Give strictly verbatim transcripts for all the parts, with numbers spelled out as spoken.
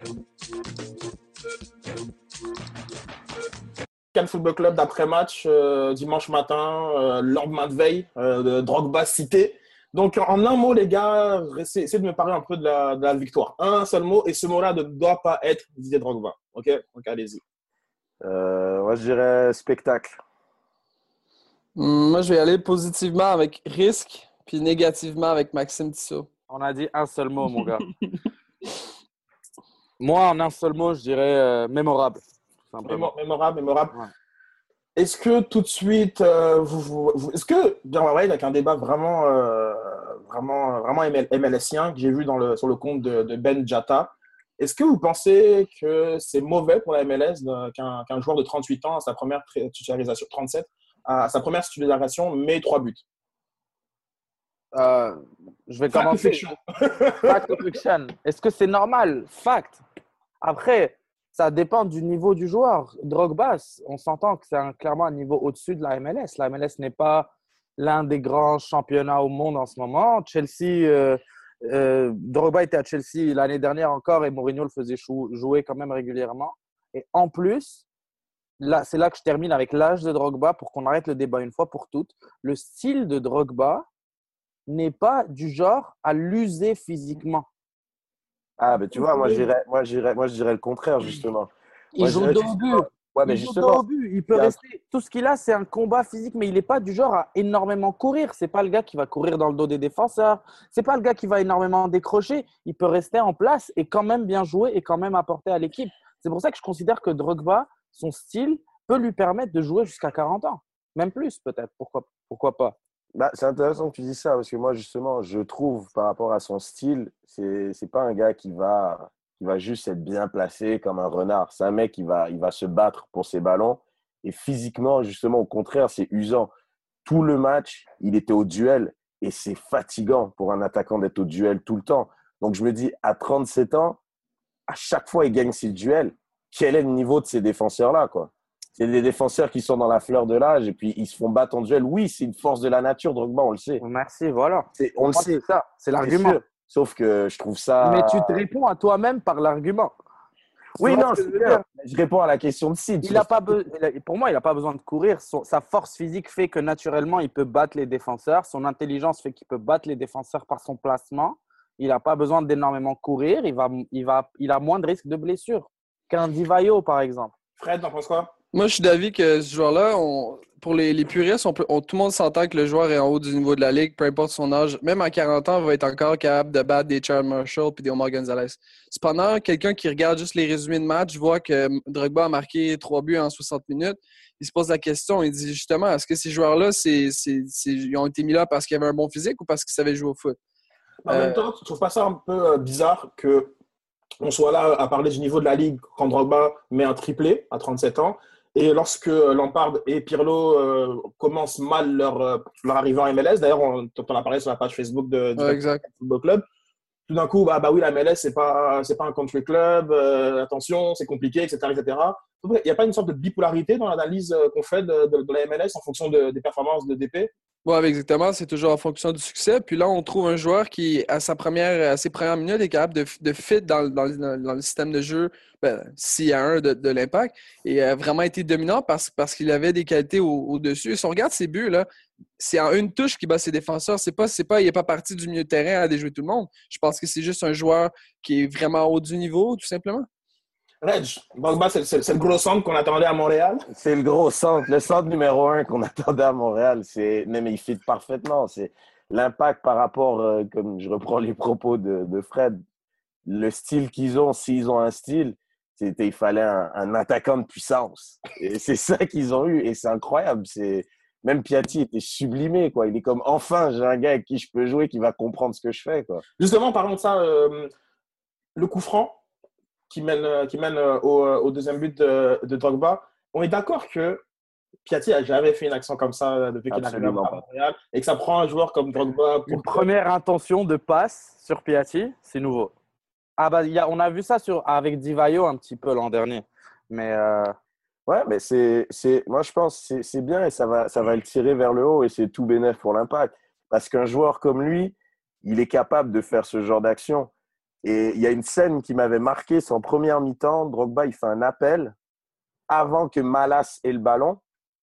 Cannes Football Club d'après-match euh, dimanche matin, euh, lendemain de veille, euh, de Drogba cité. Donc, en un mot, les gars, essayez de me parler un peu de la, de la victoire. Un seul mot, et ce mot-là ne doit pas être Didier Drogba. OK? Donc, allez-y. Euh, moi, je dirais spectacle. Moi, je vais aller positivement avec risque, puis négativement avec Maxime Tissot. On a dit un seul mot, mon gars. Moi, en un seul mot, je dirais euh, mémorable. Mémo- mémorable, mémorable. Ouais. Est-ce que tout de suite, euh, vous, vous, vous- est-ce que, bien, ouais, avec un débat vraiment, euh, vraiment, vraiment M L MLSien que j'ai vu dans le, sur le compte de, de Ben Djata, est-ce que vous pensez que c'est mauvais pour la M L S de- qu'un, qu'un joueur de trente-huit ans, à sa première titularisation, trente-sept, à sa première titularisation, met trois buts? Euh, je vais Fact ou commencer. fiction? Fact ou fiction. Est-ce que c'est normal? Fact. Après, ça dépend du niveau du joueur. Drogba, on s'entend que c'est un, clairement un niveau au-dessus de la M L S. La M L S n'est pas l'un des grands championnats au monde en ce moment. Chelsea, euh, euh, Drogba était à Chelsea l'année dernière encore et Mourinho le faisait chou- jouer quand même régulièrement. Et en plus, là, c'est là que je termine avec l'âge de Drogba pour qu'on arrête le débat une fois pour toutes. Le style de Drogba n'est pas du genre à l'user physiquement. Ah, ben tu vois, moi, je dirais, moi, je dirais, moi, je dirais le contraire, justement. Il Moi, je joue dirais dos au justement- but. Ouais, mais il joue dos justement, au but. Il peut il y a un rester. Tout ce qu'il a, c'est un combat physique, mais il n'est pas du genre à énormément courir. C'est pas le gars qui va courir dans le dos des défenseurs. C'est pas le gars qui va énormément décrocher. Il peut rester en place et quand même bien jouer et quand même apporter à l'équipe. C'est pour ça que je considère que Drogba, son style, peut lui permettre de jouer jusqu'à quarante ans. Même plus, peut-être. Pourquoi, pourquoi pas? Bah, c'est intéressant que tu dis ça parce que moi, justement, je trouve par rapport à son style, c'est c'est pas un gars qui va, qui va juste être bien placé comme un renard. C'est un mec qui va, il va se battre pour ses ballons et physiquement, justement, au contraire, c'est usant. Tout le match, il était au duel et c'est fatigant pour un attaquant d'être au duel tout le temps. Donc, je me dis, à trente-sept ans, à chaque fois, il gagne ses duels. Quel est le niveau de ces défenseurs-là, quoi? C'est des défenseurs qui sont dans la fleur de l'âge et puis ils se font battre en duel. Oui, c'est une force de la nature, Drogba, on le sait. Merci, voilà. C'est- on le Moi, sait, c'est ça. C'est c'est l'argument. sûr. Sauf que je trouve ça… Mais tu te réponds à toi-même par l'argument. Oui, Tu vois non, ce que c'est je veux clair. dire? Je réponds à la question de Sid. Il a pas be- il a- Pour moi, il n'a pas besoin de courir. Son- sa force physique fait que naturellement, il peut battre les défenseurs. Son intelligence fait qu'il peut battre les défenseurs par son placement. Il n'a pas besoin d'énormément courir. Il, va, il, va, il a moins de risques de blessure qu'un Divayo, par exemple. Fred, t'en penses quoi? Moi, je suis d'avis que ce joueur-là, on- pour les, les puristes, on peut, on- tout le monde s'entend que le joueur est en haut du niveau de la ligue, peu importe son âge. Même à quarante ans, il va être encore capable de battre des Charles Marshall et des Omar Gonzalez. Cependant, quelqu'un qui regarde juste les résumés de match voit que Drogba a marqué trois buts en soixante minutes. Il se pose la question, il dit justement, est-ce que ces joueurs-là, c'est, c'est, c'est- ils ont été mis là parce qu'ils avaient un bon physique ou parce qu'ils savaient jouer au foot? En Euh, même temps, tu trouves pas ça un peu euh, bizarre que on soit là à parler du niveau de la Ligue quand Drogba met un triplé à trente-sept ans et lorsque Lampard et Pirlo euh, commencent mal leur, euh, leur arrivée en M L S, d'ailleurs, on, on a parlé sur la page Facebook de, du Ouais, exact. Football Club, tout d'un coup, bah, bah oui, la M L S, c'est pas, c'est pas un country club, euh, attention, c'est compliqué, et cetera, et cetera. Il n'y a pas une sorte de bipolarité dans l'analyse euh, qu'on fait de, de, de la M L S en fonction de, des performances de D P? Oui, exactement. C'est toujours en fonction du succès. Puis là, on trouve un joueur qui, à, sa première, à ses premières minutes, est capable de, de fit dans, dans, dans le système de jeu, ben, s'il y a un de, de l'Impact, et a vraiment été dominant parce, parce qu'il avait des qualités au, au-dessus. Et si on regarde ses buts, là, c'est en une touche qu'il bat ses défenseurs. C'est pas, c'est pas, il n'est pas parti du milieu de terrain à déjouer tout le monde. Je pense que c'est juste un joueur qui est vraiment haut du niveau, tout simplement. Reg, Drogba, c'est, c'est, c'est le gros centre qu'on attendait à Montréal. C'est le gros centre, le centre numéro un qu'on attendait à Montréal. C'est… Mais, mais il fit parfaitement. C'est l'impact par rapport, euh, comme je reprends les propos de, de Fred, le style qu'ils ont, s'ils ont un style, c'était, il fallait un, un attaquant de puissance. Et c'est ça qu'ils ont eu. Et c'est incroyable. C'est… Même Piatti était sublimé, quoi. Il est comme, enfin, j'ai un gars avec qui je peux jouer, qui va comprendre ce que je fais, quoi. Justement, parlons de ça, euh, le coup franc qui mène, qui mène au, au deuxième but de, de Drogba. On est d'accord que Piatti n'a jamais fait une action comme ça depuis qu'il est arrivé à Absolument pas. Montréal et que ça prend un joueur comme Drogba pour… Une première intention de passe sur Piatti, c'est nouveau. Ah bah, il y a, on a vu ça sur, avec Divayo un petit peu l'an dernier. Mais euh, Ouais, mais c'est, c'est, moi je pense que c'est, c'est bien et ça va, ça va le tirer vers le haut et c'est tout bénef pour l'Impact. Parce qu'un joueur comme lui, il est capable de faire ce genre d'action. Et il y a une scène qui m'avait marqué, c'est en première mi-temps, Drogba, il fait un appel avant que Malas ait le ballon.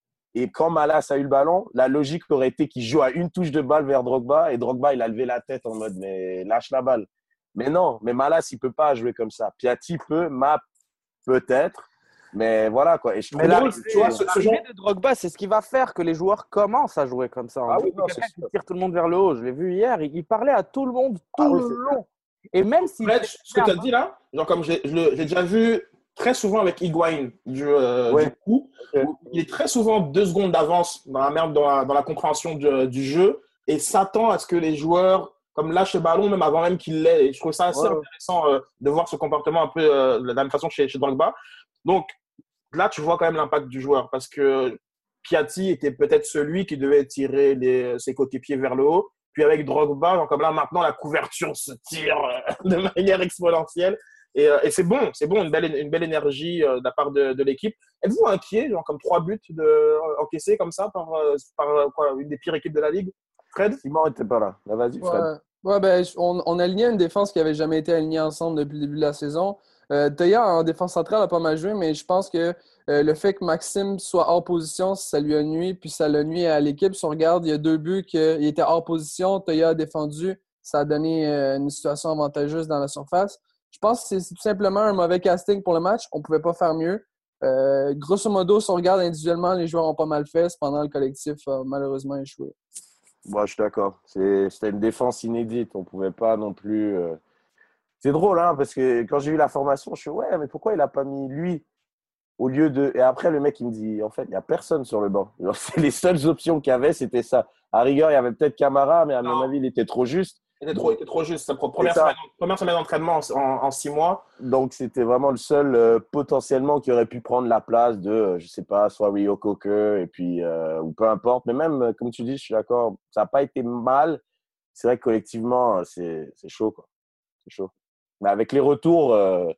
Et quand Malas a eu le ballon, la logique aurait été qu'il joue à une touche de balle vers Drogba et Drogba, il a levé la tête en mode « mais lâche la balle ». Mais non, mais Malas, il ne peut pas jouer comme ça. Piatti peut, Map peut-être, mais voilà quoi. Et je trouve Mais que, l'arrivée tu vois, ce- ce l'arrivée genre- de Drogba, c'est ce qui va faire que les joueurs commencent à jouer comme ça. Ah oui, C'est non, quelqu'un c'est qui sûr. tire tout le monde vers le haut. Je l'ai vu hier, il, il parlait à tout le monde tout Ah oui, le c'est long. Et même s'il Fred, fait ce que un tu as dit là, genre comme j'ai je le- j'ai déjà vu très souvent avec Higuaín du, euh, Ouais. du coup, Ok. où il est très souvent deux secondes d'avance dans la, merde- dans la, dans la compréhension du, du jeu et s'attend à ce que les joueurs comme lâchent le ballon même avant même qu'il l'ait. Et je trouve ça assez Ouais, ouais. intéressant euh, de voir ce comportement un peu euh, de la même façon chez, chez Drogba. Donc là, tu vois quand même l'impact du joueur parce que Piatti était peut-être celui qui devait tirer les, ses coéquipiers vers le haut. Puis avec Drogba, genre comme là maintenant, la couverture se tire euh, de manière exponentielle. Et, euh, et c'est bon, c'est bon, une belle, une belle énergie euh, de la part de, de l'équipe. Êtes-vous inquiet, genre comme trois buts de, euh, encaissés comme ça par, euh, par euh, quoi, une des pires équipes de la Ligue? Fred? Simon n'était pas là. Là, vas-y, Fred. Ouais, ouais ben, on, on alignait une défense qui n'avait jamais été alignée ensemble depuis le début de la saison. Euh, Théa, en défense centrale, a pas mal joué, mais je pense que euh, le fait que Maxime soit hors position, ça lui a nuit, puis ça l'a nuit à l'équipe. Si on regarde, il y a deux buts qu'il était hors position, Théa a défendu, ça a donné euh, une situation avantageuse dans la surface. Je pense que c'est tout simplement un mauvais casting pour le match. On ne pouvait pas faire mieux. Euh, grosso modo, si on regarde individuellement, les joueurs ont pas mal fait. Cependant, le collectif a malheureusement échoué. Moi, je suis d'accord. C'est- C'était une défense inédite. On ne pouvait pas non plus. euh, C'est drôle, hein, parce que quand j'ai eu la formation, je suis ouais, mais pourquoi il n'a pas mis lui au lieu de. Et après, le mec, il me dit en fait, il n'y a personne sur le banc. Genre, c'est les seules options qu'il y avait, c'était ça. À rigueur, il y avait peut-être Camara, mais à mon Non. avis, il était trop juste. Il était trop, Donc, il était trop juste. Sa première ça. semaine, première semaine d'entraînement en, en, en six mois. Donc, c'était vraiment le seul euh, potentiellement qui aurait pu prendre la place de, euh, je sais pas, soit Rio Coker, et puis, euh, ou peu importe. Mais même, euh, comme tu dis, je suis d'accord, ça n'a pas été mal. C'est vrai que collectivement, c'est c'est chaud, quoi. C'est chaud. Mais avec les retours, euh,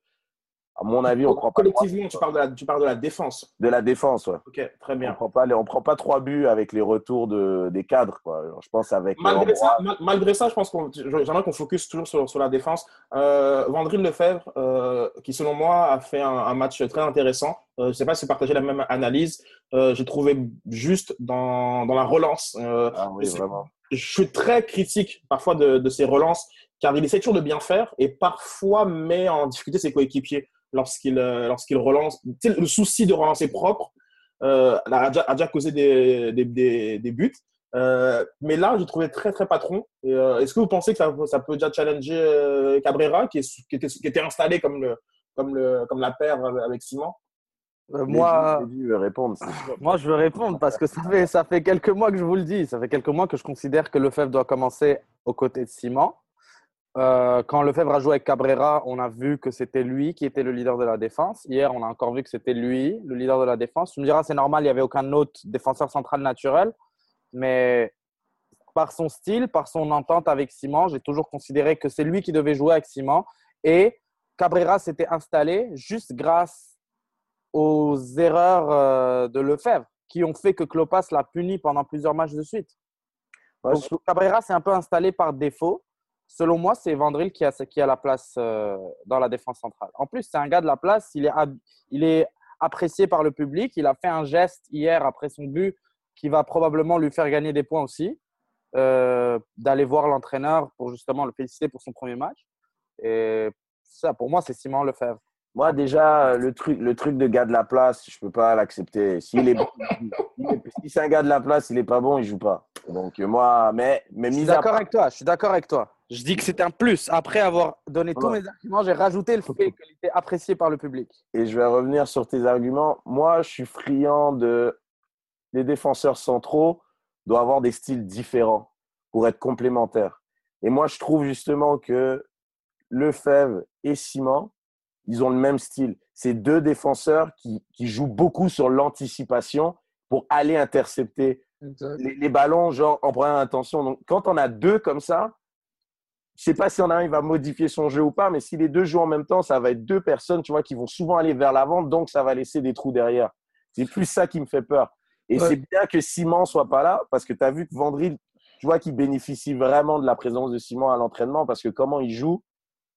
à mon avis, on prend pas trois Collectivement, buts, tu quoi. parles de la, tu parles de la défense. De la défense, ouais. Ok, très On bien. prend pas les, on prend pas trois buts avec les retours de, des cadres, quoi. Alors, je pense avec euh, Malgré ça, Ambroise. mal- malgré ça, je pense qu'on, j'aimerais qu'on focus toujours sur, sur la défense. Euh, Vandril Lefebvre, euh, qui selon moi a fait un, un match très intéressant. Euh, je ne sais pas si vous partagez la même analyse. Euh, j'ai trouvé juste dans, dans la relance. Euh, Ah je, oui, sais- vraiment. je suis très critique parfois de, de ses relances, car il essaie toujours de bien faire et parfois met en difficulté ses coéquipiers lorsqu'il euh, lorsqu'il relance. Tu sais, le souci de relancer propre euh, a, déjà, a déjà causé des, des, des, des buts. Euh, mais là, j'ai trouvé très, très patron. Et, euh, est-ce que vous pensez que ça, ça peut déjà challenger euh, Cabrera, qui, est, qui, était, qui était installé comme, le, comme, le, comme la paire avec Simon? Euh, Les moi, dit veut répondre, c'est sûr. moi, je veux répondre parce que ça fait, ça fait quelques mois que je vous le dis. Ça fait quelques mois que je considère que Lefebvre doit commencer aux côtés de Simon. Euh, quand Lefebvre a joué avec Cabrera, on a vu que c'était lui qui était le leader de la défense. Hier, on a encore vu que c'était lui, le leader de la défense. Tu me diras, c'est normal, il n'y avait aucun autre défenseur central naturel. Mais par son style, par son entente avec Simon, j'ai toujours considéré que c'est lui qui devait jouer avec Simon. Et Cabrera s'était installé juste grâce aux erreurs euh, de Lefebvre qui ont fait que Klopas l'a puni pendant plusieurs matchs de suite. Ouais, Donc, Cabrera s'est un peu installé par défaut. Selon moi, c'est Vandril qui a, qui a la place euh, dans la défense centrale. En plus, c'est un gars de la place. Il est, il est apprécié par le public. Il a fait un geste hier après son but qui va probablement lui faire gagner des points aussi. Euh, d'aller voir l'entraîneur pour justement le féliciter pour son premier match. Et ça, pour moi, c'est Simon Lefebvre. Moi, déjà, le truc, le truc de gars de la place, je ne peux pas l'accepter. S'il est bon, il joue. Si c'est un gars de la place, il n'est pas bon, il ne joue pas. Donc, moi, mais, mais Je suis mis à d'accord part. avec toi. Je suis d'accord avec toi. Je dis que c'est un plus. Après avoir donné tous Ouais. mes arguments, j'ai rajouté le fait qu'il était apprécié par le public. Et je vais revenir sur tes arguments. Moi, je suis friand de. Les défenseurs centraux doivent avoir des styles différents pour être complémentaires. Et moi, je trouve justement que Lefebvre et Simon, ils ont le même style. C'est deux défenseurs qui, qui jouent beaucoup sur l'anticipation pour aller intercepter les, les ballons, genre en première intention. Donc, quand on a deux comme ça, je ne sais pas si on a un, il va modifier son jeu ou pas, mais si les deux jouent en même temps, ça va être deux personnes, tu vois, qui vont souvent aller vers l'avant, donc ça va laisser des trous derrière. C'est plus ça qui me fait peur. Et Ouais. c'est bien que Simon soit pas là, parce que tu as vu que Vandril, tu vois, qu'il bénéficie vraiment de la présence de Simon à l'entraînement, parce que comment il joue,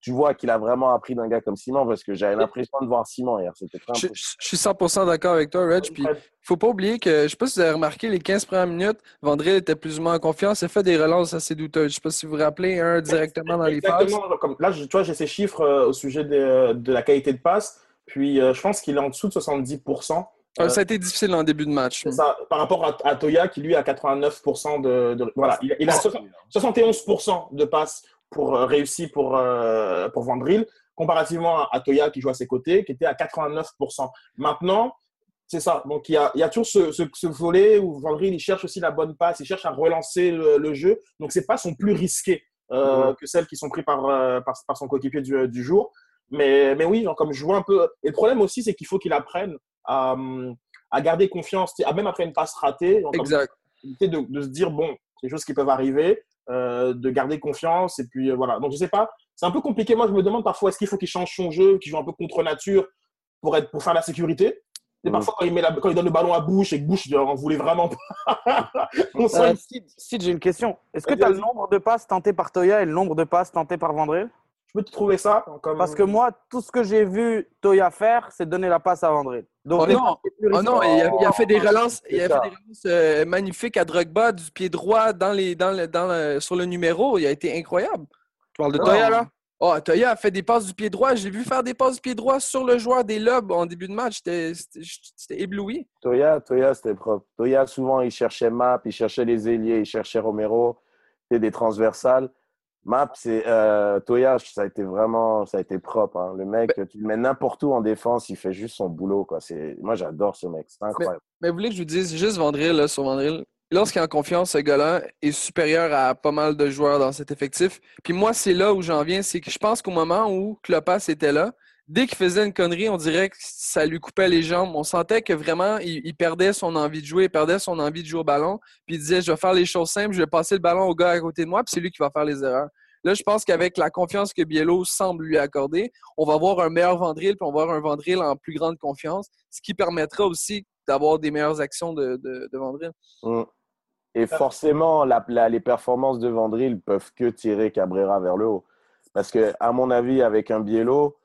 tu vois qu'il a vraiment appris d'un gars comme Simon, parce que j'avais l'impression de voir Simon hier. C'était très Je, impressionnant. je suis cent pour cent d'accord avec toi, Reg. Puis, il faut pas oublier que, je sais pas si vous avez remarqué, les quinze premières minutes, Vandril était plus ou moins en confiance. Il a fait des relances assez douteuses. Je sais pas si vous vous rappelez, un directement dans les passes. Exactement. Comme, là, je- tu vois, j'ai ces chiffres euh, au sujet de, de la qualité de passe. Puis, euh, je pense qu'il est en dessous de soixante-dix pour cent. Euh, Euh, ça a été difficile en début de match. c'est ça, par rapport à, à Toya, qui lui a quatre-vingt-neuf pour cent de, de- voilà, il, il a soixante et onze pour cent de passes pour euh, réussi pour euh, pour Vandril, comparativement à, à Toya qui joue à ses côtés, qui était à quatre-vingt-neuf pour cent. Maintenant, c'est ça. Donc il y a, il y a toujours ce, ce, ce volet où Vandril il cherche aussi la bonne passe, il cherche à relancer le, le jeu. Donc c'est pas son plus risqué euh, Mhm. que celles qui sont prises par, euh, par par son coéquipier du, du jour. Mais mais oui, genre, comme je vois un peu. Et le problème aussi, c'est qu'il faut qu'il apprenne à hum, à garder confiance, tu sais, même après une passe ratée, donc, comme, Exact. tu sais, de, de se dire, bon, c'est des choses qui peuvent arriver, euh, de garder confiance, et puis euh, voilà. Donc, je sais pas, c'est un peu compliqué. Moi, je me demande parfois, est-ce qu'il faut qu'il change son jeu, qu'il joue un peu contre nature pour, être, pour faire la sécurité. Et Mhm. parfois, quand il, met la, quand il donne le ballon à Bush, et que Bush en voulait vraiment pas, on sent Euh, une- Sid, Sid, j'ai une question. Est-ce que Vas-y, tu as le vas-y. nombre de passes tentées par Toya et le nombre de passes tentées par Vandril? Je peux te trouver ça comme. Parce que moi, tout ce que j'ai vu Toya faire, c'est donner la passe à Vandril. Donc, Oh les non, passes les plus oh risquées- non, il a, il a fait des Oh, relances, il a c'est fait ça. des relances euh, magnifiques à Drogba du pied droit dans les, dans le, dans le- sur le numéro. Il a été incroyable. Tu parles de Non, Toya, là? Oh, Toya a fait des passes du pied droit. J'ai vu faire des passes du pied droit sur le joueur des lobes en début de match. J'étais j'étais- j'étais ébloui. Toya, Toya, c'était propre. Toya, souvent, il cherchait Map, il cherchait les ailiers, il cherchait Romero, c'était des transversales. Map, c'est euh, Toya, ça a été vraiment, ça a été propre. Hein. Le mec, tu le mets n'importe où en défense, il fait juste son boulot. Quoi. C'est, moi, j'adore ce mec, c'est Mais, incroyable. mais vous voulez que je vous dise juste Vandril, là, sur Vandril. Lorsqu'il est en confiance, ce gars-là est supérieur à pas mal de joueurs dans cet effectif. Puis moi, c'est là où j'en viens, c'est que je pense qu'au moment où Klopas était là, dès qu'il faisait une connerie, on dirait que ça lui coupait les jambes. On sentait que vraiment, il, il perdait son envie de jouer, il perdait son envie de jouer au ballon. Puis il disait, je vais faire les choses simples, je vais passer le ballon au gars à côté de moi, puis c'est lui qui va faire les erreurs. Là, je pense qu'avec la confiance que Biello semble lui accorder, on va avoir un meilleur Vandril, puis on va avoir un Vandril en plus grande confiance, ce qui permettra aussi d'avoir des meilleures actions de, de, de Vandril. Mm. Et forcément, la, la- les performances de Vandril peuvent que tirer Cabrera vers le haut. Parce que, à mon avis, avec un Biello,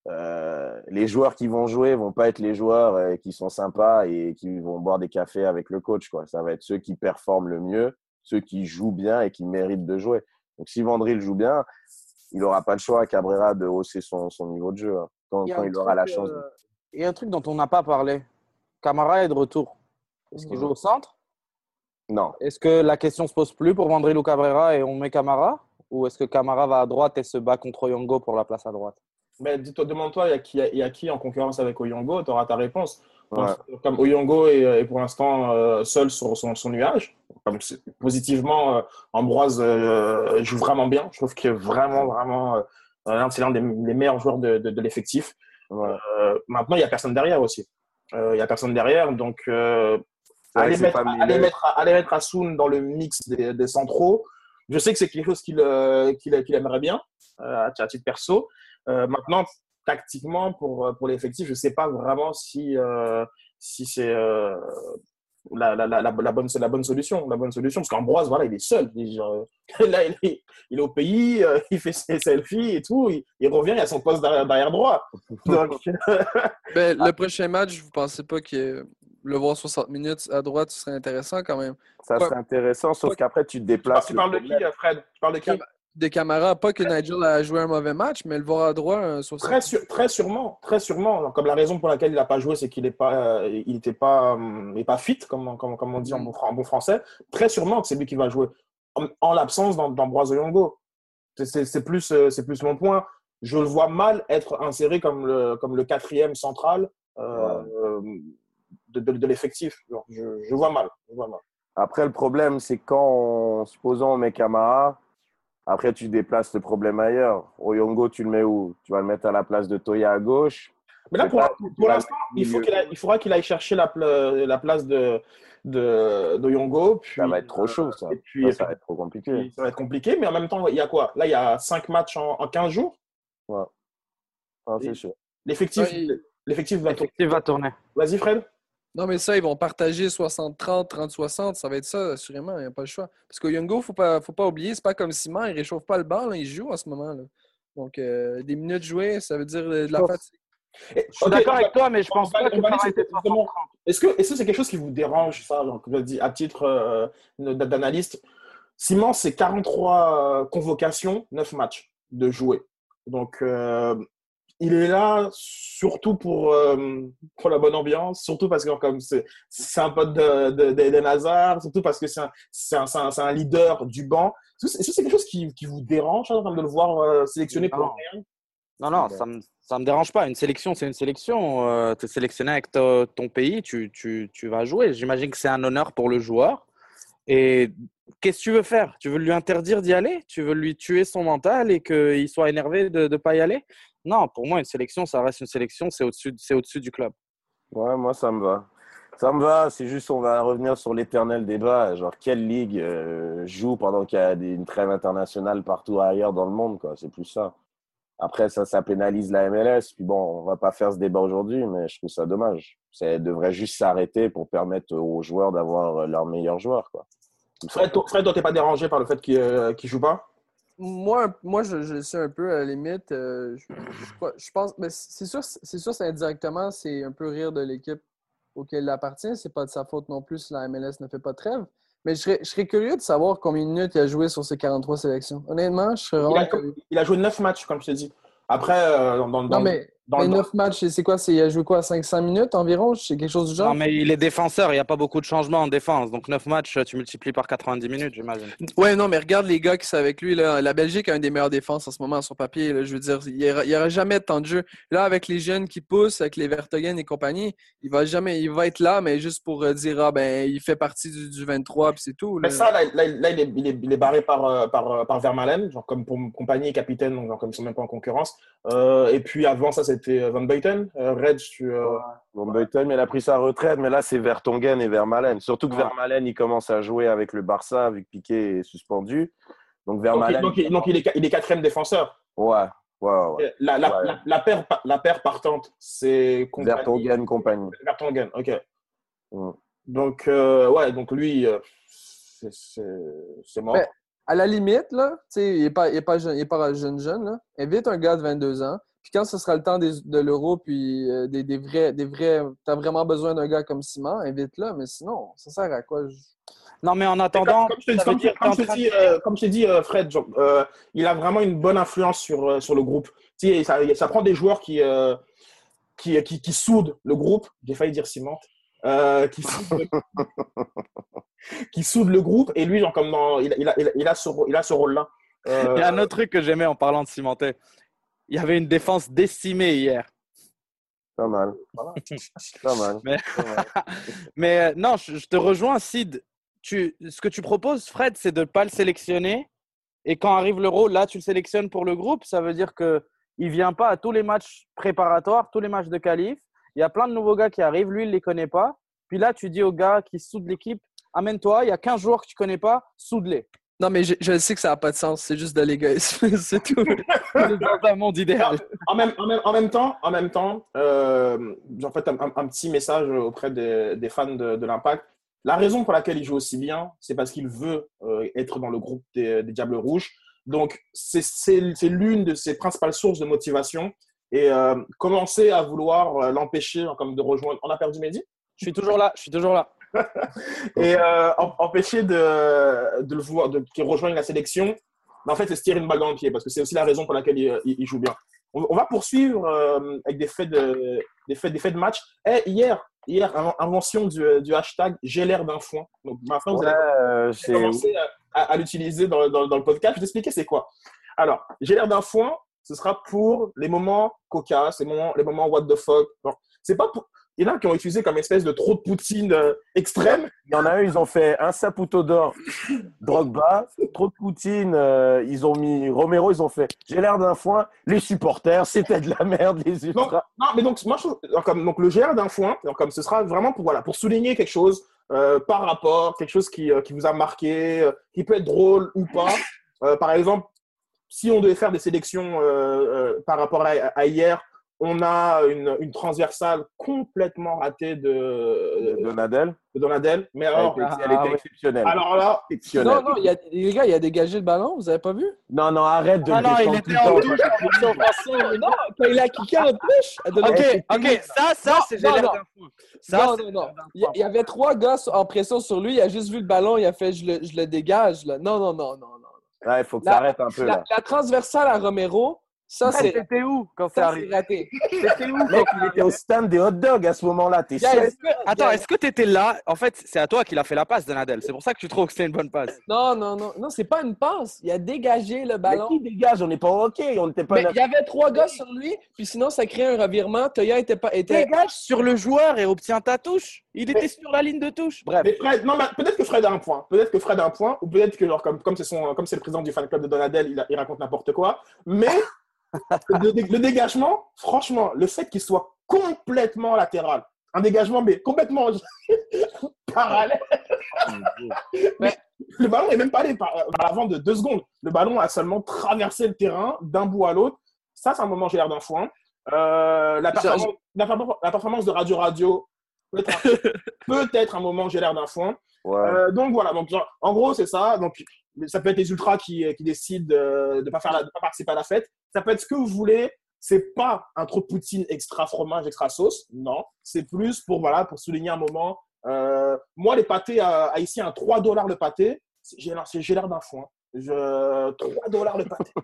euh, les joueurs qui vont jouer vont pas être les joueurs euh, qui sont sympas et qui vont boire des cafés avec le coach, quoi. Ça va être ceux qui performent le mieux, ceux qui jouent bien et qui méritent de jouer. Donc, si Vandril joue bien, il n'aura pas le choix, Cabrera, de hausser son, son niveau de jeu, hein, quand, Il y a quand un il aura truc, la chance. euh, il y a un truc dont on n'a pas parlé. Camara est de retour. Est-ce qu'il joue au centre? Non. Est-ce que la question se pose plus pour Vandril ou Cabrera et on met Camara? Ou est-ce que Camara va à droite et se bat contre Oyongo pour la place à droite? Mais dis-toi, demande-toi, il y a qui, il y a qui en concurrence avec Oyongo, tu auras ta réponse. Donc, Ouais. comme Oyongo est, est pour l'instant euh, seul sur son, son nuage, comme c'est- positivement, euh, Ambroise euh, joue vraiment bien. Je trouve que vraiment, vraiment, euh, c'est l'un des, des meilleurs joueurs de, de, de l'effectif. Ouais. Euh, maintenant, il n'y a personne derrière aussi. Euh, Il n'y a personne derrière, donc euh, C'est vrai aller, que c'est mettre, pas aller, Millet. mettre, aller mettre Assoun dans le mix des, des centraux, je sais que c'est quelque chose qu'il euh, qu'il, qu'il aimerait bien, euh, à titre perso. Euh, maintenant, tactiquement, pour, pour l'effectif, je ne sais pas vraiment si, euh, si c'est euh, la, la, la, la, bonne, la bonne solution. La bonne solution parce qu'Ambroise, voilà, il est seul. Il, genre, là, il est, il est au pays, euh, il fait ses selfies et tout. Il, il revient, il a son poste derrière, derrière droit. Donc, Ben, le prochain match, vous ne pensez pas que le voir soixante minutes à droite, ce serait intéressant quand même? Ça Pas- serait intéressant, sauf pas- qu'après, tu te tu, déplaces. tu Le parles de problème. qui, Fred? Tu parles de qui? Cam- De Camara, pas que Nigel a joué un mauvais match, mais le voir à droite, un soixante Très, sûr, très sûrement, très sûrement. Comme la raison pour laquelle il n'a pas joué, c'est qu'il n'est pas, euh, il était pas, euh, il est pas fit, comme, comme, comme on dit en bon, en bon français. Très sûrement que c'est lui qui va jouer. En, en l'absence d'Am- d'Ambroise Oyongo. C'est, c'est, c'est plus, euh, c'est plus mon point. Je le vois mal être inséré comme le, comme le quatrième central euh, Ouais. euh, de, de, de l'effectif. Genre, Je, je vois mal. Je vois mal. Après, le problème, c'est quand, on, supposons, on met Camara, après, tu déplaces le problème ailleurs. Oyongo, tu le mets où? Tu vas le mettre à la place de Toya à gauche. Mais là, C'est pour, pas- pour, tu pour vas le l'instant, mettre au il, faut milieu. qu'il aille- il faudra qu'il aille chercher la, pla- la place de, de, de Yongo. Puis, Ça va être trop chaud, ça. et puis, Ça, ça va être trop compliqué. puis, ça va être compliqué. Mais en même temps, il y a quoi? Là, il y a cinq matchs en, en quinze jours. Ouais. Ah, Et- c'est sûr. L'effectif, Ouais, il- l'effectif va tourner. L'effectif va tourner. Vas-y, Fred. Non, mais ça, ils vont partager soixante trente, trente soixante. Ça va être ça, assurément. Il n'y a pas le choix. Parce qu'au Youngo, il ne faut pas, faut pas oublier, c'est pas comme Simon, il ne réchauffe pas le banc, là, il joue en ce moment. Là. Donc, euh, des minutes jouées, ça veut dire de la Sauf- fatigue. Et- Je suis ok, d'accord on avec va- toi, mais je on pense va- pas on que va ça aller aurait sur- été justement, Est-ce que est-ce que c'est quelque chose qui vous dérange, ça, genre, comme je le dis, à titre euh, d'analyste? Simon, c'est quarante-trois euh, convocations, neuf matchs de jouer. Donc, euh, il est là surtout pour, euh, pour la bonne ambiance, surtout parce que comme c'est, c'est un pote de, de, d'Eden Hazard, surtout parce que c'est un, c'est un, c'est un, c'est un leader du banc. Est-ce que c'est, est-ce que c'est quelque chose qui, qui vous dérange, hein, de le voir euh, sélectionné pour Non. rien? Non, non, ça me, ça me dérange pas. Une sélection, c'est une sélection. tu es sélectionné avec to- ton pays, tu, tu, tu vas jouer. J'imagine que c'est un honneur pour le joueur. Et qu'est-ce que tu veux faire? Tu veux lui interdire d'y aller? Tu veux lui tuer son mental et qu'il soit énervé de ne pas y aller? Non, pour moi, une sélection, ça reste une sélection. C'est au-dessus, c'est au-dessus du club. Ouais, moi, ça me va. Ça me va, c'est juste on va revenir sur l'éternel débat. Genre, quelle ligue euh, joue pendant qu'il y a des, une trêve internationale partout ailleurs dans le monde, quoi. C'est plus ça. Après, ça, ça pénalise la M L S. Puis bon, on va pas faire ce débat aujourd'hui, mais je trouve ça dommage. Ça devrait juste s'arrêter pour permettre aux joueurs d'avoir leurs meilleurs joueurs, quoi. Tout Fred, simplement. toi, Fred, toi, t'es pas dérangé par le fait qu'il euh, qu'il joue pas? Moi, moi je, je le sais un peu, à la limite. euh, je, je- je pense, mais c'est sûr, c'est sûr, c'est indirectement, c'est un peu rire de l'équipe auquel il appartient. C'est pas de sa faute non plus si la M L S ne fait pas de trêve. Mais je serais, je serais curieux de savoir combien de minutes il a joué sur ces quarante-trois sélections. Honnêtement, je serais Il vraiment a, curieux. il a joué neuf matchs, comme je t'ai dit. Après, euh, dans, dans, Non, dans, mais, dans mais le neuf matchs, c'est quoi? C'est, il a joué quoi? cinq cents minutes environ? C'est quelque chose du genre? Non, mais il est défenseur. Il n'y a pas beaucoup de changements en défense. Donc, neuf matchs, tu multiplies par quatre-vingt-dix minutes, j'imagine. Ouais, non, mais regarde les gars qui sont avec lui. Là. La Belgique a une des meilleures défenses en ce moment sur papier. Là. Je veux dire, il n'y aura, il y aura jamais de temps de jeu. Là, avec les jeunes qui poussent, avec les Vertonghen et compagnie, il va jamais, il va être là, mais juste pour euh, dire, ah ben, il fait partie du, du vingt-trois, puis c'est tout. Mais Là. ça, là, là, là, il, est, il, est, il est barré par, euh, par, euh, par Vermaelen, genre comme pour compagnie et capitaine, donc genre comme ils sont même pas en concurrence. Euh, et puis avant ça, c'était Van Buiten. Euh, Reg, tu. Euh... Bon, Buyten, il a pris sa retraite, mais là, c'est Vertonghen et Vermaelen. Surtout que Ouais. Vermaelen, il commence à jouer avec le Barça, vu que Piqué est suspendu. Donc, Donc, il, Vermaelen. donc, il, donc il, est, il est quatrième défenseur. Ouais, ouais, ouais. La, la, Ouais. la, la, paire, la paire partante, c'est compagnie. Vertonghen, compagnie. Vertonghen, ok. Mm. Donc, euh, ouais, donc lui, euh, c'est, c'est, c'est mort. Mais, à la limite, là, tu sais, il n'est pas, il est pas, jeune, il est pas jeune, jeune. Là. Invite un gars de vingt-deux ans. Puis quand ce sera le temps des, de l'Euro, puis euh, des, des vrais, des vrais, t'as vraiment besoin d'un gars comme Simon, invite-le. Mais sinon, ça sert à quoi? Je- Non, mais en attendant, Comme, comme je te dis, ça veut comme, dire que comme t'es je en te train dis, de- euh, comme je t'ai dit, euh, Fred, genre, euh, il a vraiment une bonne influence sur, euh, sur le groupe. Tu sais, ça, ça prend des joueurs qui, euh, qui, qui, qui soudent le groupe. J'ai failli dire ciment. Euh, qui, soudent le... qui soudent le groupe. Et lui, genre, comme dans, il, il, a, il, a, il, a ce, il a ce rôle-là. Euh, Il y a un autre truc que j'aimais en parlant de cimenter. Il y avait une défense décimée hier. Pas mal. voilà. Pas mal. Mais, Pas mal. mais euh, non, je, je te rejoins, Sid. Tu, ce que tu proposes, Fred, c'est de ne pas le sélectionner. Et quand arrive l'Euro, là, tu le sélectionnes pour le groupe. Ça veut dire qu'il ne vient pas à tous les matchs préparatoires, tous les matchs de qualif. Il y a plein de nouveaux gars qui arrivent. Lui, il ne les connaît pas. Puis là, tu dis aux gars qui soudent l'équipe, amène-toi, il y a quinze joueurs que tu ne connais pas, soude-les. Non, mais je, je sais que ça n'a pas de sens. C'est juste de l'égoïsme. C'est tout. On est dans un monde idéal. En même, en même, en même temps, en même temps euh, en fait, un, un, un petit message auprès des, des fans de, de l'Impact. La raison pour laquelle il joue aussi bien, c'est parce qu'il veut euh, être dans le groupe des, des Diables Rouges. Donc, c'est, c'est, c'est l'une de ses principales sources de motivation. Et euh, commencer à vouloir euh, l'empêcher comme de rejoindre… On a perdu Mehdi ? Je suis toujours là, je suis toujours là. Et euh, empêcher de, de le voir, de, qu'il rejoigne la sélection, mais en fait, c'est se tirer une balle dans le pied parce que c'est aussi la raison pour laquelle il, il, il joue bien. On, on va poursuivre euh, avec des faits de, des faits, des faits de match. Et hier, hier, invention du, du hashtag j'ai l'air d'un foin. Donc maintenant, vous Ouais, allez euh, c'est... commencer à, à, à l'utiliser dans, dans, dans le podcast. Je vais t'expliquer c'est quoi. Alors, j'ai l'air d'un foin, ce sera pour les moments cocasses, les moments, les moments what the fuck. Bon, c'est pas pour… Il y en a qui ont utilisé comme espèce de trop de poutine euh, extrême. Il y en a un, ils ont fait un Saputo d'or, Drogba, trop de Poutine, euh, ils ont mis Romero, ils ont fait j'ai l'air d'un foin, les supporters, c'était de la merde, les Donc, ultras. non, mais donc, moi, je trouve, alors, comme, donc le G R d'un foin, alors, comme ce sera vraiment pour, voilà, pour souligner quelque chose euh, par rapport, quelque chose qui, euh, qui vous a marqué, euh, qui peut être drôle ou pas. Euh, par exemple, si on devait faire des sélections euh, euh, par rapport à, à hier, On a une, une transversale complètement ratée de, De Donadel, de Donadel. Mais elle alors, était, elle Ah, était ouais. exceptionnelle. alors là, Exceptionnelle. Non, non, il y a, les gars, il a dégagé le ballon, vous avez pas vu? Non, non, arrête de Ah le non, il défendre était tout le en temps. touche en action offensive. Non, quand il a kické en touche. de l'autre Ok, côté. ok, ça, ça, Non, c'est j'ai non, l'air non. d'un fou. Ça, non, c'est non, j'ai non. l'air d'un Il y, fou. il y avait trois gars en pression sur lui. Il a juste vu le ballon. Il a fait je le, je le dégage. Là. Non, non, non, non, non. Ouais, il faut que La- ça arrête un peu La, là. la transversale à Romero, ça, Bref, c'est t'étais où quand c'est ça, c'est arrivé? raté. T'étais où Mec, quand il était au stand des hot dogs à ce moment-là. T'es Guys, sûr? Est-ce que- Attends, guys, est-ce que tu étais là? En fait, c'est à toi qu'il a fait la passe, Donadel. C'est pour ça que tu trouves que c'est une bonne passe. Non, non, non. Non, c'est pas une passe. Il a dégagé le Mais ballon. qui dégage? On n'est pas au hockey. On n'était pas. Mais il y avait trois gars sur lui, puis sinon, ça crée un revirement. Toya était pas. Était... Dégage sur le joueur et obtiens ta touche. Il était sur la ligne de touche. Bref. mais Fred, non, mais peut-être que Fred a un point. Peut-être que Fred a un point, ou peut-être que, genre, comme, comme c'est son, comme c'est le président du fan club de Donadel, il, a- il raconte n'importe quoi. Mais le, dé- le dégagement, franchement, le fait qu'il soit complètement latéral, un dégagement, mais complètement parallèle. Mais le ballon n'est même pas allé par, par l'avant de deux secondes. Le ballon a seulement traversé le terrain d'un bout à l'autre. Ça, c'est un moment, j'ai l'air d'un foin. Euh, la, performance, la, perfor- la performance de Radio Radio peut être un, peut être un moment, j'ai l'air d'un foin. Ouais. Euh, donc voilà, donc, genre, en gros, c'est ça. Donc, ça peut être les ultras qui, qui décident euh, de ne pas, faire la- de pas participer à la fête. Ça peut être ce que vous voulez. C'est pas un trop poutine extra fromage, extra sauce. Non. C'est plus pour, voilà, pour souligner un moment. Euh, moi, les pâtés à, à ici, un trois dollars le pâté, c'est- j'ai l'air, c'est- j'ai l'air d'un foin. Je, trois dollars le pâté.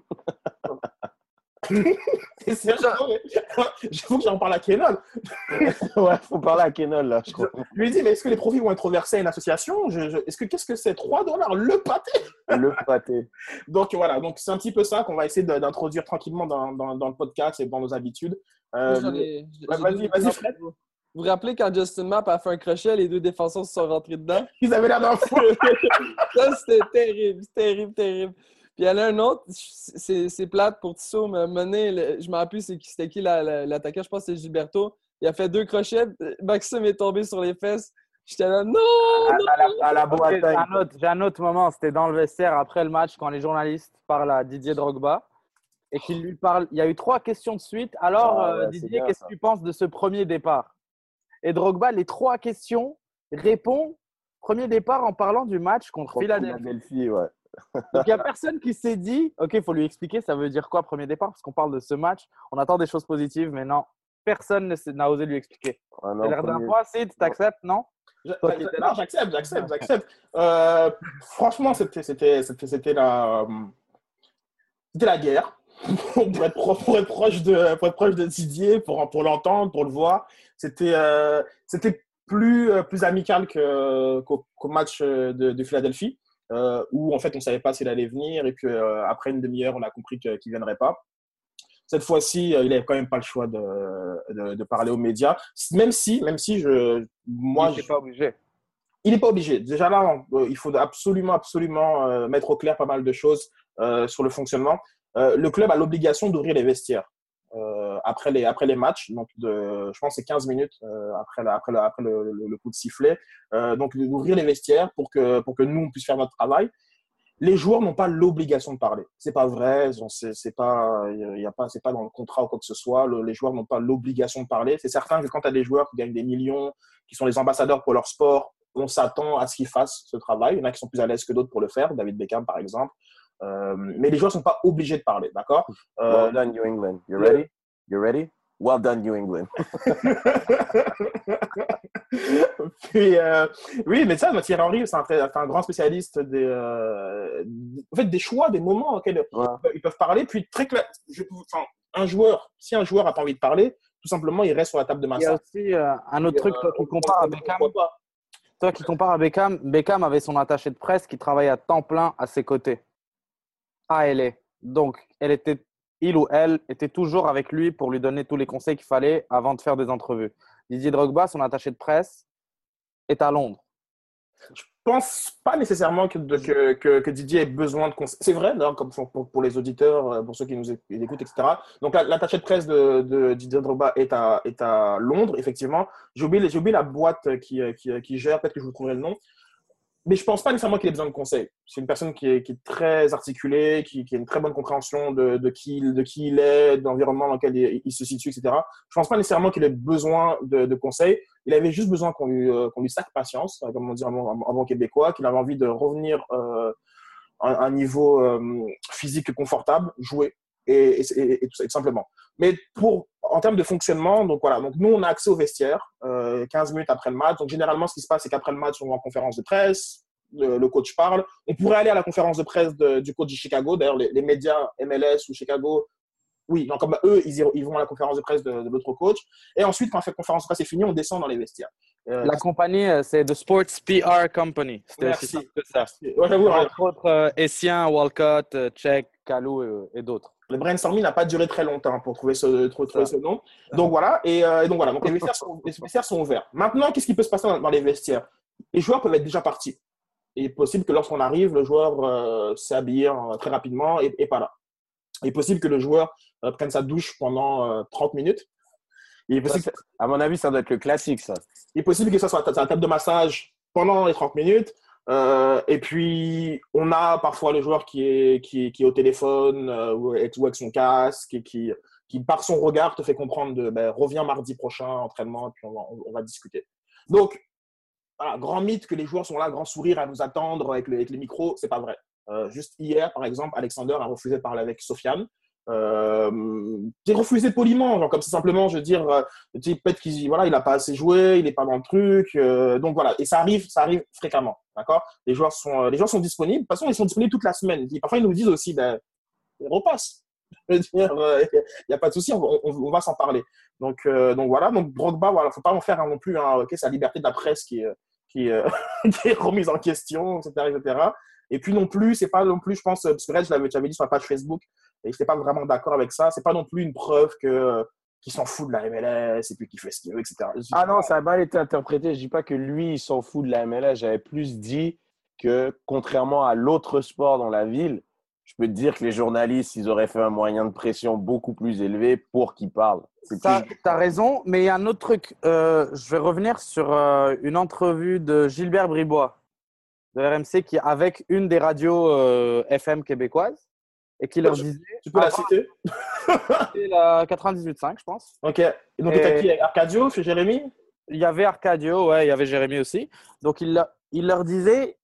C'est sérieux, mais- il faut que j'en parle à Kenan. Ouais, faut parler à Kenol là, je crois. Je lui ai dit, mais est-ce que les profits vont être reversés à une association? je, je- Est-ce que qu'est-ce que c'est trois dollars le pâté? Le pâté. Donc voilà, donc c'est un petit peu ça qu'on va essayer de- d'introduire tranquillement dans, dans, dans le podcast et dans nos habitudes. Euh, J'en ai- j'ai- ouais, j'ai vas-y, deux vas-y, exemples Fred. pour vous. Vous vous rappelez quand Justin Mapp a fait un crochet, les deux défenseurs se sont rentrés dedans? Ils avaient l'air d'un fou. Ça, c'était terrible, c'était terrible, terrible. Puis il y en a un autre, c'est c'est plate pour Tissot, mais à un moment donné, le- je me rappelle plus c'est qui- c'était qui la- la- l'attaquant, je pense que c'est Gilberto. Il a fait deux crochets, Maxime est tombé sur les fesses. J'étais là, non! À, à la, à la Ok, j'ai Boateng. un autre, j'ai un autre moment, c'était dans le vestiaire après le match quand les journalistes parlent à Didier Drogba et qu'il lui parle. Il y a eu trois questions de suite. Alors, Ah euh, ouais, c'est Didier, bien, qu'est-ce ça. que tu penses de ce premier départ? Et Drogba, les trois questions, répond premier départ en parlant du match contre Contre Philadelphie. Philadelphie, ouais. Donc, il n'y a personne qui s'est dit, OK, il faut lui expliquer, ça veut dire quoi premier départ? Parce qu'on parle de ce match, on attend des choses positives, mais non, personne ne s'est- n'a osé lui expliquer. Ah non, C'est l'air d'un premier- point, Sid, t'acceptes, non? Je- Toi qui étais là. non, J'accepte, j'accepte, j'accepte. Euh, franchement, c'était, c'était, c'était, c'était la, euh, c'était la guerre. pour, être pro- pour, être proche de, pour être proche de Didier, pour, pour l'entendre, pour le voir. C'était, euh, c'était plus, euh, plus amical que, qu'au, qu'au match de, de Philadelphie, euh, où en fait on ne savait pas s'il allait venir et qu'après une demi-heure, on a compris que, qu'il ne viendrait pas. Cette fois-ci, euh, il n'avait quand même pas le choix de, de, de parler aux médias, même si, même si je, moi, il je, n'est pas obligé. il n'est pas obligé. Déjà là, on- euh, il faut absolument, absolument euh, mettre au clair pas mal de choses euh, sur le fonctionnement. Euh, le club a l'obligation d'ouvrir les vestiaires euh, après, les, après les matchs. Donc, de, je pense que c'est quinze minutes euh, après, la, après, la, après le, le, le coup de sifflet. Euh, donc, d'ouvrir les vestiaires pour que, pour que nous, on puisse faire notre travail. Les joueurs n'ont pas l'obligation de parler. C'est pas vrai. C'est, c'est pas, il y a pas, c'est pas dans le contrat ou quoi que ce soit. Le, les joueurs n'ont pas l'obligation de parler. C'est certain que quand tu as des joueurs qui gagnent des millions, qui sont les ambassadeurs pour leur sport, on s'attend à ce qu'ils fassent ce travail. Il y en a qui sont plus à l'aise que d'autres pour le faire. David Beckham, par exemple. Euh, mais les joueurs ne sont pas obligés de parler, d'accord? euh, Well done, New England. You ready? You ready? Well done, New England. Puis, euh, oui, mais ça, Thierry Henry, c'est un, très, c'est un grand spécialiste des, euh, en fait, des choix, des moments auxquels Ouais. ils peuvent parler. Puis, très clair, je- enfin, un joueur, si un joueur n'a pas envie de parler, tout simplement, il reste sur la table de Il y a massage. aussi euh, un autre truc, toi qui compares à Beckham. Pourquoi pas? Toi qui compares à Beckham, Beckham avait son attaché de presse qui travaillait à temps plein à ses côtés, à L A. Donc, elle était, il ou elle était toujours avec lui pour lui donner tous les conseils qu'il fallait avant de faire des entrevues. Didier Drogba, son attaché de presse, est à Londres. Je pense pas nécessairement que, de- que, que, que Didier ait besoin de conseils. C'est vrai, d'ailleurs, comme pour, pour, pour les auditeurs, pour ceux qui nous écoutent, et cetera. Donc, la- l'attaché de presse de, de Didier Drogba est à, est à Londres, effectivement. J'ai oublié, j'ai oublié la boîte qui, qui, qui gère, peut-être que je vous trouverai le nom. mais je pense pas nécessairement qu'il ait besoin de conseils. C'est une personne qui est, qui est très articulée, qui, qui a une très bonne compréhension de, de, qui, de qui il est, de l'environnement dans lequel il, il se situe, et cetera. Je pense pas nécessairement qu'il ait besoin de, de conseils. Il avait juste besoin qu'on lui, euh, qu'on lui saque patience, comme on dit en, en, en bon québécois, qu'il avait envie de revenir euh, à un niveau euh, physique confortable, jouer, et, et, et, et tout, ça, tout simplement. Mais pour, en termes de fonctionnement, donc voilà, donc nous on a accès au vestiaire euh, quinze minutes après le match. Donc généralement, ce qui se passe, c'est qu'après le match, on va en conférence de presse, le, le coach parle. On pourrait aller à la conférence de presse de, du coach de Chicago. D'ailleurs, les, les médias M L S ou Chicago, oui, donc, comme eux, ils, ils vont à la conférence de presse de, de l'autre coach. Et ensuite, quand la conférence de presse est finie, on descend dans les vestiaires. Euh, la compagnie, c'est The Sports P R Company. C'était aussi simple que ça. Ouais, j'avoue, entre ouais. autres, euh, Essien, Walcott, euh, Check, Kalou et, et d'autres. Le brainstorming n'a pas duré très longtemps pour trouver ce, trouver, trouver ce nom. Donc voilà, et, euh, et donc voilà, donc les vestiaires, sont, les vestiaires sont ouverts. Maintenant, qu'est-ce qui peut se passer dans, dans les vestiaires? Les joueurs peuvent être déjà partis. Il est possible que lorsqu'on arrive, le joueur euh, s'est habillé euh, très rapidement et, et pas là. Il est possible que le joueur euh, prenne sa douche pendant euh, trente minutes. Il est possible... ça, à mon avis, ça doit être le classique, ça. Il est possible que ça soit sa table de massage pendant les trente minutes. Euh, et puis, on a parfois le joueur qui est, qui est, qui est au téléphone euh, ou, avec, ou avec son casque et qui, qui, par son regard, te fait comprendre de ben, reviens mardi prochain, entraînement, et puis on va, on, on va discuter. Donc, voilà, grand mythe que les joueurs sont là, grand sourire à nous attendre avec, le, avec les micros, c'est pas vrai. Euh, juste hier, par exemple, Alexander a refusé de parler avec Sofiane. Euh, j'ai refusé poliment, genre comme c'est simplement, je veux dire, euh, peut-être qu'il voilà, il a pas assez joué, il est pas dans le truc, euh, donc voilà, et ça arrive, ça arrive fréquemment, d'accord. Les joueurs sont, les joueurs sont disponibles. De toute façon, ils sont disponibles toute la semaine. Parfois, ils nous disent aussi, ben, on repasse. Je veux dire, il euh, y a pas de souci, on, on, on va s'en parler. Donc, euh, donc voilà, donc Drogba, voilà, faut pas en faire hein, non plus, hein, ok, c'est la liberté de la presse qui est, qui, euh, qui est remise en question, et cetera, et cetera. Et puis non plus, c'est pas non plus, je pense, parce que là, je l'avais, j'avais dit sur la page Facebook, et je n'étais pas vraiment d'accord avec ça. C'est pas non plus une preuve que qu'il s'en fout de la M L S et puis qu'il fait ce qu'il veut, et cetera. Ah non, ça a mal été interprété. Je dis pas que lui, il s'en fout de la M L S. J'avais plus dit que, contrairement à l'autre sport dans la ville, je peux te dire que les journalistes, ils auraient fait un moyen de pression beaucoup plus élevé pour qu'ils parlent. Ça, tu as raison, mais il y a un autre truc. Euh, je vais revenir sur euh, une entrevue de Gilbert Bribois de R M C qui avec une des radios euh, F M québécoises et qui leur disait… Tu peux la citer? C'était la quatre-vingt-dix-huit virgule cinq, je pense. Ok. Et donc, tu as qui? Arcadio, c'est Jérémy? Il y avait Arcadio, ouais, il y avait Jérémy aussi. Donc, il, il leur disait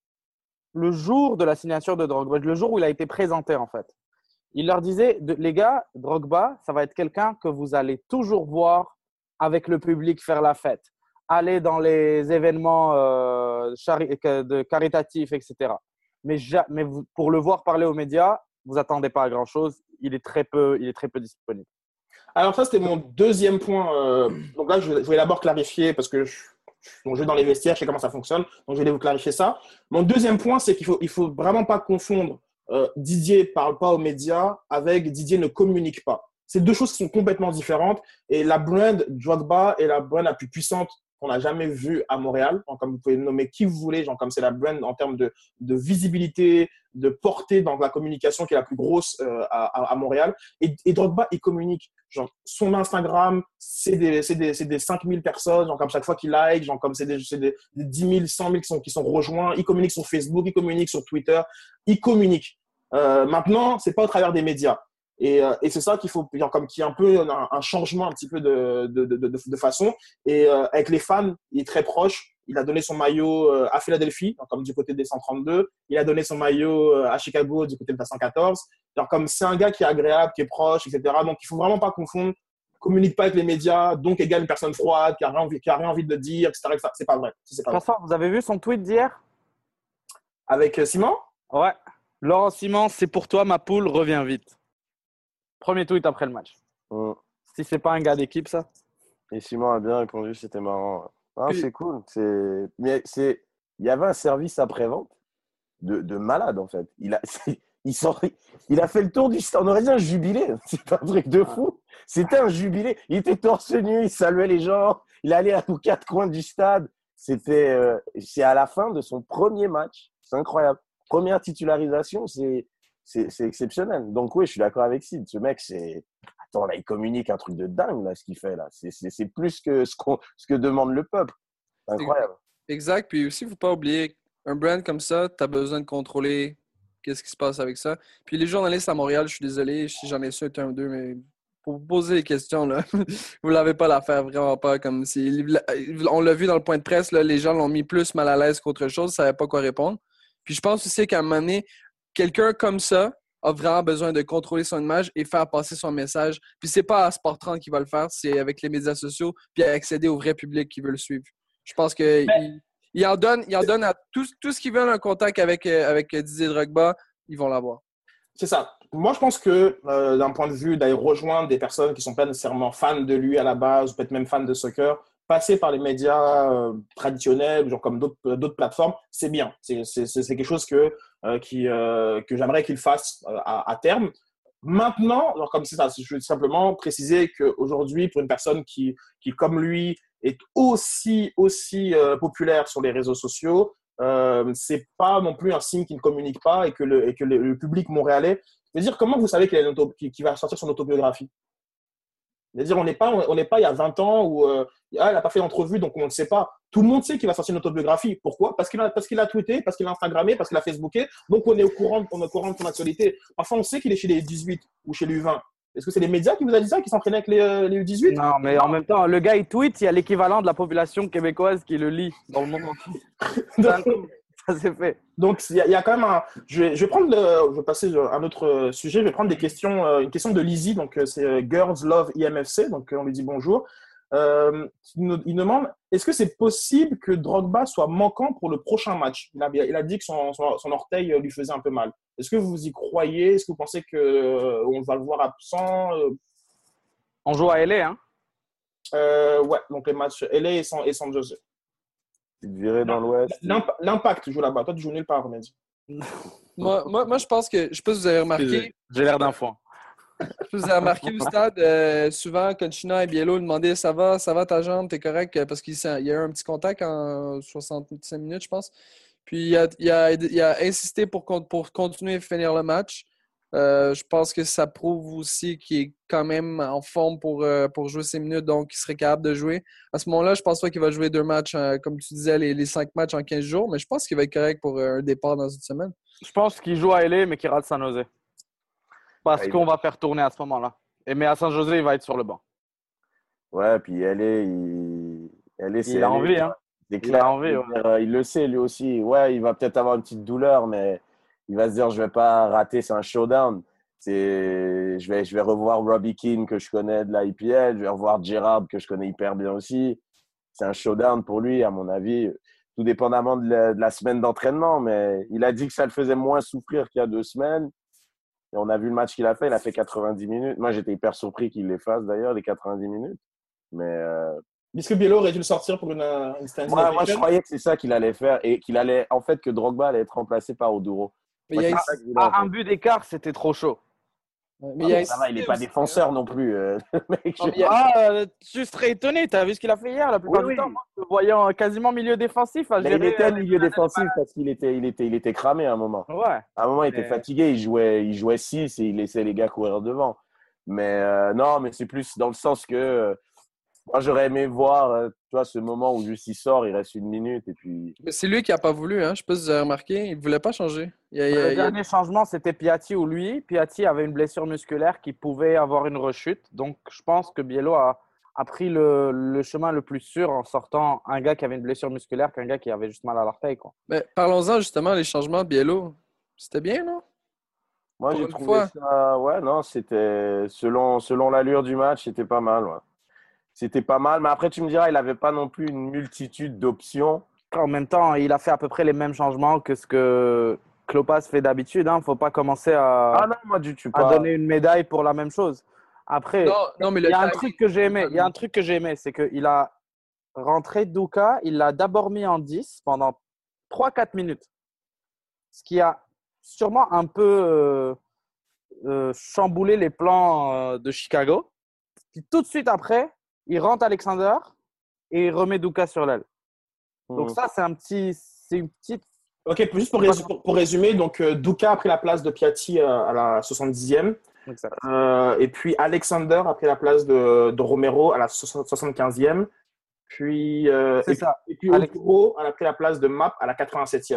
le jour de la signature de Drogba, le jour où il a été présenté, en fait. Il leur disait, les gars, Drogba, ça va être quelqu'un que vous allez toujours voir avec le public faire la fête, aller dans les événements euh, chari- de caritatifs, et cetera. Mais, mais vous, pour le voir parler aux médias, vous attendez pas à grand-chose. Il est très peu, il est très peu disponible. Alors ça, c'était mon deuxième point. Euh, donc là, je, je vais d'abord clarifier parce que je, donc je vais dans les vestiaires, je sais comment ça fonctionne. Donc je vais vous clarifier ça. Mon deuxième point, c'est qu'il faut, il faut vraiment pas confondre euh, Didier parle pas aux médias avec Didier ne communique pas. C'est deux choses qui sont complètement différentes. Et la brand Drogba est la brand la plus puissante qu'on n'a jamais vue à Montréal. Donc, comme vous pouvez nommer qui vous voulez, genre comme c'est la brand en termes de, de visibilité, de portée dans la communication qui est la plus grosse euh, à, à Montréal. Et, et Drogba, il communique. Genre, son Instagram, c'est des, c'est des, c'est des cinq mille personnes, genre comme chaque fois qu'il like, genre comme c'est des, c'est des, des dix mille, cent mille qui sont, qui sont rejoints. Il communique sur Facebook, il communique sur Twitter, il communique. Euh, maintenant, c'est pas au travers des médias. Et, euh, et c'est ça qu'il faut, genre, comme qu'il y a un peu un, un changement un petit peu de, de, de, de, de façon. Et euh, avec les fans, il est très proche. Il a donné son maillot euh, à Philadelphie, donc, comme du côté des cent trente-deux. Il a donné son maillot euh, à Chicago, du côté de la cent quatorze. Genre, comme c'est un gars qui est agréable, qui est proche, et cetera. Donc, il faut vraiment pas confondre. Communique pas avec les médias, donc égale une personne froide, qui a rien envie, qui a rien envie de dire, et cetera. Et cetera. C'est pas vrai. C'est pas vrai. François, vous avez vu son tweet d'hier? Avec euh, Simon? Ouais. Laurent Simon, c'est pour toi, ma poule, reviens vite. Premier tweet après le match. Mmh. Si c'est pas un gars d'équipe, ça. Et Simon a bien répondu, c'était marrant. Ah, Puis... c'est cool. C'est... Mais c'est... il y avait un service après-vente de, de malade, en fait. Il a, il, s'en... il a fait le tour du stade. On aurait dit un jubilé. C'est un truc de fou. C'était un jubilé. Il était torse nu, il saluait les gens. Il allait aux quatre coins du stade. C'était, euh... c'est à la fin de son premier match. C'est incroyable. Première titularisation, c'est... C'est, c'est exceptionnel. Donc, oui, je suis d'accord avec Sid. Ce mec, c'est… Attends, là, il communique un truc de dingue, là, ce qu'il fait, là. C'est, c'est, c'est plus que ce, qu'on, ce que demande le peuple. C'est incroyable. Exact. Puis aussi, il ne faut pas oublier Un brand comme ça, tu as besoin de contrôler qu'est-ce qui se passe avec ça. Puis les journalistes à Montréal, je suis désolé si j'en ai su un ou deux, mais pour vous poser des questions, là, vous l'avez pas l'affaire, vraiment pas. Comme si, on l'a vu dans le point de presse, là, les gens l'ont mis plus mal à l'aise qu'autre chose, ils ne savaient pas quoi répondre. Puis je pense aussi qu'à un moment donné, quelqu'un comme ça a vraiment besoin de contrôler son image et faire passer son message. Puis c'est pas à Sport trente qui va le faire, c'est avec les médias sociaux, puis accéder au vrai public qui veut le suivre. Je pense qu'il il, il en donne, il en donne à tous tout ce qui veulent un contact avec, avec Didier Drogba, ils vont l'avoir. C'est ça. Moi, je pense que euh, d'un point de vue d'aller rejoindre des personnes qui ne sont pas nécessairement fans de lui à la base, ou peut-être même fans de soccer, passer par les médias euh, traditionnels, genre comme d'autres, d'autres plateformes, c'est bien. C'est, c'est, c'est quelque chose que, euh, qui, euh, que j'aimerais qu'il fasse euh, à, à terme. Maintenant, alors comme c'est ça, je veux simplement préciser qu'aujourd'hui, pour une personne qui, qui, comme lui, est aussi, aussi euh, populaire sur les réseaux sociaux, euh, c'est pas non plus un signe qu'il ne communique pas et que le, et que le, le public montréalais. Je veux dire, comment vous savez qu'il, a une auto, qu'il, qu'il va sortir son autobiographie? Je veux dire, on n'est pas, on n'est pas il y a vingt ans où euh, ah, il n'a pas fait d'entrevue, donc on ne sait pas. Tout le monde sait qu'il va sortir une autobiographie. Pourquoi? Parce qu'il a, parce qu'il a tweeté, parce qu'il a Instagrammé, parce qu'il a Facebooké. Donc on est au courant, on est au courant de son actualité. Parfois, on sait qu'il est chez les dix-huit ou chez l'U vingt. Est-ce que c'est les médias qui vous a dit ça, qui s'entraînaient avec les, euh, les U dix-huit? Non, mais non. En même temps, le gars, il tweet, il y a l'équivalent de la population québécoise qui le lit dans le monde entier. donc, ça, c'est fait. Donc, il y, y a quand même un… Je vais, je vais prendre le… Je vais passer à un autre sujet. Je vais prendre des questions, euh, une question de Lizzie. Donc, c'est euh, Girls Love I M F C. Donc, on lui dit bonjour. Euh, il, nous, il demande, est-ce que c'est possible que Drogba soit manquant pour le prochain match? Il a, il a dit que son, son, son orteil lui faisait un peu mal. Est-ce que vous y croyez? Est-ce que vous pensez qu'on euh, va le voir absent? On joue à L A, hein? euh, Ouais, donc les matchs L A et San, et San Jose. Tu te virais dans l'Ouest. L'imp- L'impact joue là-bas. Toi, tu joues nulle part, Mehdi. moi, moi, moi, je pense que, je ne sais pas si vous avez remarqué, J'ai l'air d'un foin. je sais pas si vous avez remarqué au stade, euh, souvent, Conchina et Biello demandaient ça va, ça va ta jambe, t'es correct? Parce qu'il y a eu un petit contact en soixante-cinq minutes, je pense. Puis il a, il a, il a insisté pour, pour continuer à finir le match. Euh, je pense que ça prouve aussi qu'il est quand même en forme pour, euh, pour jouer ses minutes, donc il serait capable de jouer. À ce moment-là, je pense pas qu'il va jouer deux matchs, euh, comme tu disais, les, les cinq matchs en quinze jours, mais je pense qu'il va être correct pour euh, un départ dans une semaine. Je pense qu'il joue à L A, mais qu'il rate San Jose. Parce Ouais, qu'on va faire tourner à ce moment-là. Et, mais à San Jose, il va être sur le banc. Ouais, puis L A, il, L A, c'est Il a L A, envie, quoi. hein. C'est Il clair. a envie, ouais. Euh, Il le sait, lui aussi. Ouais, il va peut-être avoir une petite douleur, mais il va se dire, je vais pas rater, c'est un showdown. C'est, je vais, je vais revoir Robbie Keane que je connais de la I P L, je vais revoir Gerrard que je connais hyper bien aussi. C'est un showdown pour lui, à mon avis, tout dépendamment de la, de la semaine d'entraînement. Mais il a dit que ça le faisait moins souffrir qu'il y a deux semaines. Et on a vu le match qu'il a fait, il a fait quatre-vingt-dix minutes. Moi, j'étais hyper surpris qu'il les fasse d'ailleurs, les quatre-vingt-dix minutes. Mais euh... est-ce que Biello aurait dû le sortir pour une, une standing moi, moi, je croyais que c'est ça qu'il allait faire et qu'il allait, en fait, que Drogba allait être remplacé par Oduro. Mais Moi, il y a c'est ça que je voulais, À en fait. un but d'écart, c'était trop chaud. Mais il y a Ça va, il n'est insisté pas aussi, défenseur non plus. euh, le mec, Non, je- mais il y a- Ah, euh, tu serais étonné. Tu as vu ce qu'il a fait hier la plupart Oui, du oui. temps. Moi, je le voyais en quasiment milieu défensif à Mais il gérer. était euh, milieu défensif parce qu'il était, il était, il était cramé à un moment. Ouais. À un moment, il était Mais- fatigué, il jouait, il jouait six et il laissait les gars courir devant. Mais euh, non, mais c'est plus dans le sens que euh, moi, j'aurais aimé voir euh, tu vois, ce moment où juste il sort, il reste une minute et puis. Mais c'est lui qui n'a pas voulu, hein. Je ne sais pas si vous avez remarqué, il ne voulait pas changer. Il y a- il y a- Le il y a- dernier changement, c'était Piatti ou lui. Piatti avait une blessure musculaire qui pouvait avoir une rechute. Donc, je pense que Biello a, a pris le, le chemin le plus sûr en sortant un gars qui avait une blessure musculaire qu'un gars qui avait juste mal à l'orteil, quoi. Mais parlons-en justement, les changements de Biello. C'était bien, non? Moi, Pour j'ai une trouvé fois. ça. Ouais, non, c'était. Selon, selon l'allure du match, c'était pas mal. Ouais. C'était pas mal. Mais après, tu me diras, il n'avait pas non plus une multitude d'options. En même temps, il a fait à peu près les mêmes changements que ce que Klopas fait d'habitude. Il ne faut pas commencer à, Ah non, moi, du tu à pas. donner une médaille pour la même chose. Après, Non, non, mais il le y a un timing- truc que j'ai aimé. Il y a un truc que j'ai aimé, c'est qu'il a rentré Douka, il l'a d'abord mis en dix pendant trois quatre minutes. Ce qui a sûrement un peu euh, euh, chamboulé les plans euh, de Chicago. Puis tout de suite après, il rentre Alexander et il remet Douka sur l'aile. Donc Mhm. ça, c'est un petit, c'est une petite. Ok, juste pour, résu- pour, pour résumer, donc euh, Douka a pris la place de Piatti euh, à la soixante-dixième. Euh, et puis Alexander a pris la place de, de Romero à la soixante-quinzième. Puis, euh, C'est et, ça. et puis Alex- Oduro a pris la place de Map à la quatre-vingt-septième.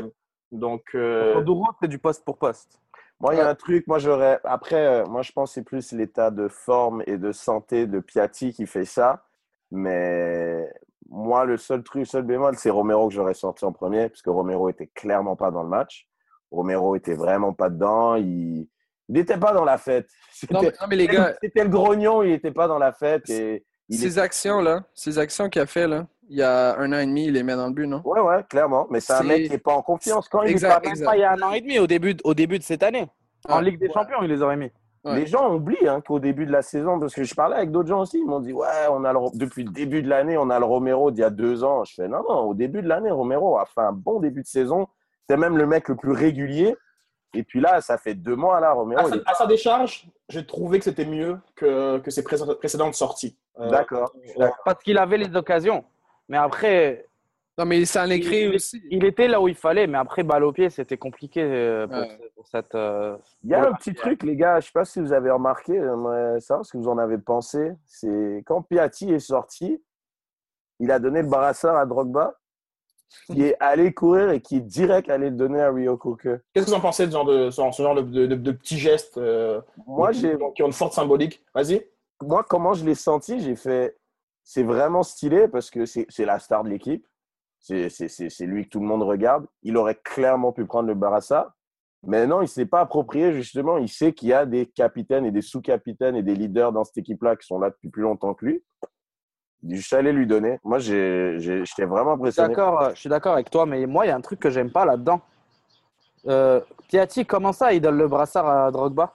Donc, euh, Douro, c'est du poste pour poste. Moi, il y a un truc, moi j'aurais. Après, euh, moi je pense que c'est plus l'état de forme et de santé de Piatti qui fait ça. Mais moi, le seul truc, le seul bémol, c'est Romero que j'aurais sorti en premier, parce que Romero était clairement pas dans le match. Romero était vraiment pas dedans. Il n'était pas dans la fête. C'était, Non, mais, non, mais les gars, c'était le grognon, il n'était pas dans la fête. Et il ces était... actions-là, ces actions qu'il a fait là, il y a un an et demi, il les met dans le but, non? Ouais, ouais, clairement. Mais c'est un C'est- mec qui n'est pas en confiance. Quand il Exact, est pas... exact. Pas il y a un an et demi, au début, au début de cette année. En Ouais. Ligue des Champions, il les aurait mis. Ouais. Les gens oublient hein, qu'au début de la saison, parce que je parlais avec d'autres gens aussi, ils m'ont dit ouais, on a le, depuis le début de l'année, on a le Romero d'il y a deux ans. Je fais non, non, au début de l'année, Romero a fait un bon début de saison. C'est même le mec le plus régulier. Et puis là, ça fait deux mois là, Romero. à, sa, il est... à sa décharge, j'ai trouvé que c'était mieux que, que ses pré- précédentes sorties. Euh, D'accord. je suis d'accord. Parce qu'il avait les occasions. Mais après, Non, mais ça en est créé il, aussi. il était là où il fallait. Mais après, balle au pied, c'était compliqué euh, pour, Ouais. pour cette. euh, Il y a pour un la- petit truc, les gars, je ne sais pas si vous avez remarqué, j'aimerais savoir ce que vous en avez pensé. C'est quand Piatti est sorti, il a donné le brassard à Drogba, qui est allé courir et qui est direct allé le donner à Rio Coker. Qu'est-ce que vous en pensez de ce genre de, ce genre de, de, de- de petits gestes euh, Moi, qui, j'ai, qui ont une forte symbolique? Vas-y. moi, comment je l'ai senti, j'ai fait, c'est vraiment stylé parce que c'est, c'est la star de l'équipe. C'est, c'est, c'est, c'est lui que tout le monde regarde. Il aurait clairement pu prendre le brassard. Mais non, il ne s'est pas approprié, justement. Il sait qu'il y a des capitaines et des sous-capitaines et des leaders dans cette équipe-là qui sont là depuis plus longtemps que lui. Je suis allé lui donner. Moi, j'ai, j'ai, j'étais vraiment Je suis impressionné. d'accord, euh, je suis d'accord avec toi, mais moi, il y a un truc que j'aime pas là-dedans. Euh, Piatti, comment ça, il donne le brassard à Drogba?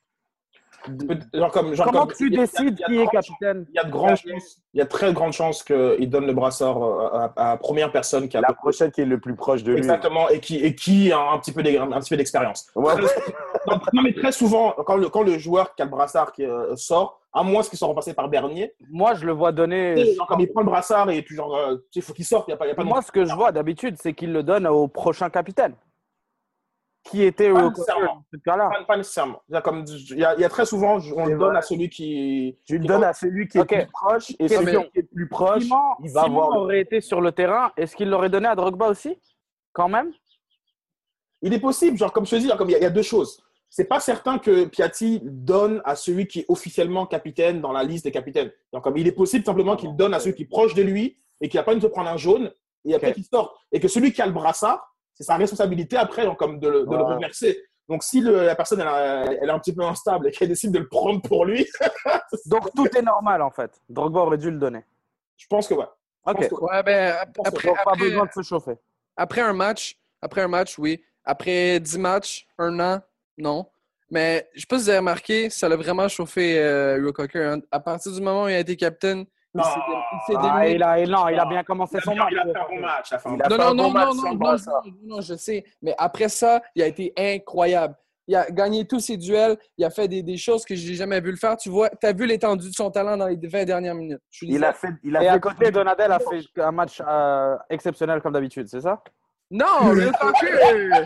Genre comme, genre Comment comme- tu il y a- décides il y a qui de est grandes capitaine? Il y a de grandes chances, il y a de très grandes chances qu'il donne le brassard à, à- à la première personne qui a La prochaine qui est le plus proche de lui. exactement et qui, et qui a un petit peu d'ex- un petit peu d'expérience. Ouais. Non, non, mais très souvent, quand le, quand le joueur qui a le brassard qui, euh, sort, à moins qu'il soit remplacé par Bernier, Moi, je le vois tu donner. sais, genre, comme il prend le brassard et puis genre, euh, tu sais, il faut qu'il sorte, il n'y a pas, il y a pas non Moi, ce que je vois d'habitude, c'est qu'il le donne au prochain capitaine. Qui était Pas au nécessairement. dans ce cas-là. Pas, pas nécessairement. Il y, a comme, il, y a, il y a très souvent, on C'est le donne vrai. à celui qui. Tu le qui- donnes à celui qui est Ok. le plus proche et Question. celui qui est le plus proche, Simon, il va Simon avoir le- aurait été sur le terrain. Est-ce qu'il l'aurait donné à Drogba aussi? Quand même? Il est possible, genre, comme je te dis, genre, comme il y, a, il y a deux choses. C'est pas certain que Piatti donne à celui qui est officiellement capitaine dans la liste des capitaines. Donc, comme il est possible simplement qu'il donne à celui qui est proche de lui et qui n'a pas envie de se prendre un jaune et après Ok. qu'il sorte. Et que celui qui a le brassard, c'est sa responsabilité après donc, comme de, le- de le Ouais. reverser. Donc, si le- la personne elle, a- elle est un petit peu instable et qu'elle décide de le prendre pour lui, Donc, tout est normal, en fait. Drogba aurait dû le donner. je pense que ouais. Je Ok. pense que ouais. Ouais, ben, ap- pense que après, Donc, pas après, besoin de se chauffer. après un match, après un match, oui. Après dix matchs, un an, non. Mais je sais pas si vous avez remarqué, ça l'a vraiment chauffé euh, Rio Coker. Hein. À partir du moment où il a été capitaine, il Non. s'est dé- il s'est Ah, démené. il a, non, il a bien commencé Il a, son bien- match. il a fait un bon match. Il a fait un Il bon a Non, fait non, un non, bon non, match non, sans non, le non, brassard. non, non, je sais. Mais après ça, il a été incroyable. Il a gagné tous ses duels. Il a fait des, des choses que je n'ai jamais vu le faire. Tu vois, tu as vu l'étendue de son talent dans les vingt dernières minutes. Je suis Il a fait, il a Et fait à côté, Donadel a fait un match euh, exceptionnel comme d'habitude, c'est ça? Non, Rio Coker!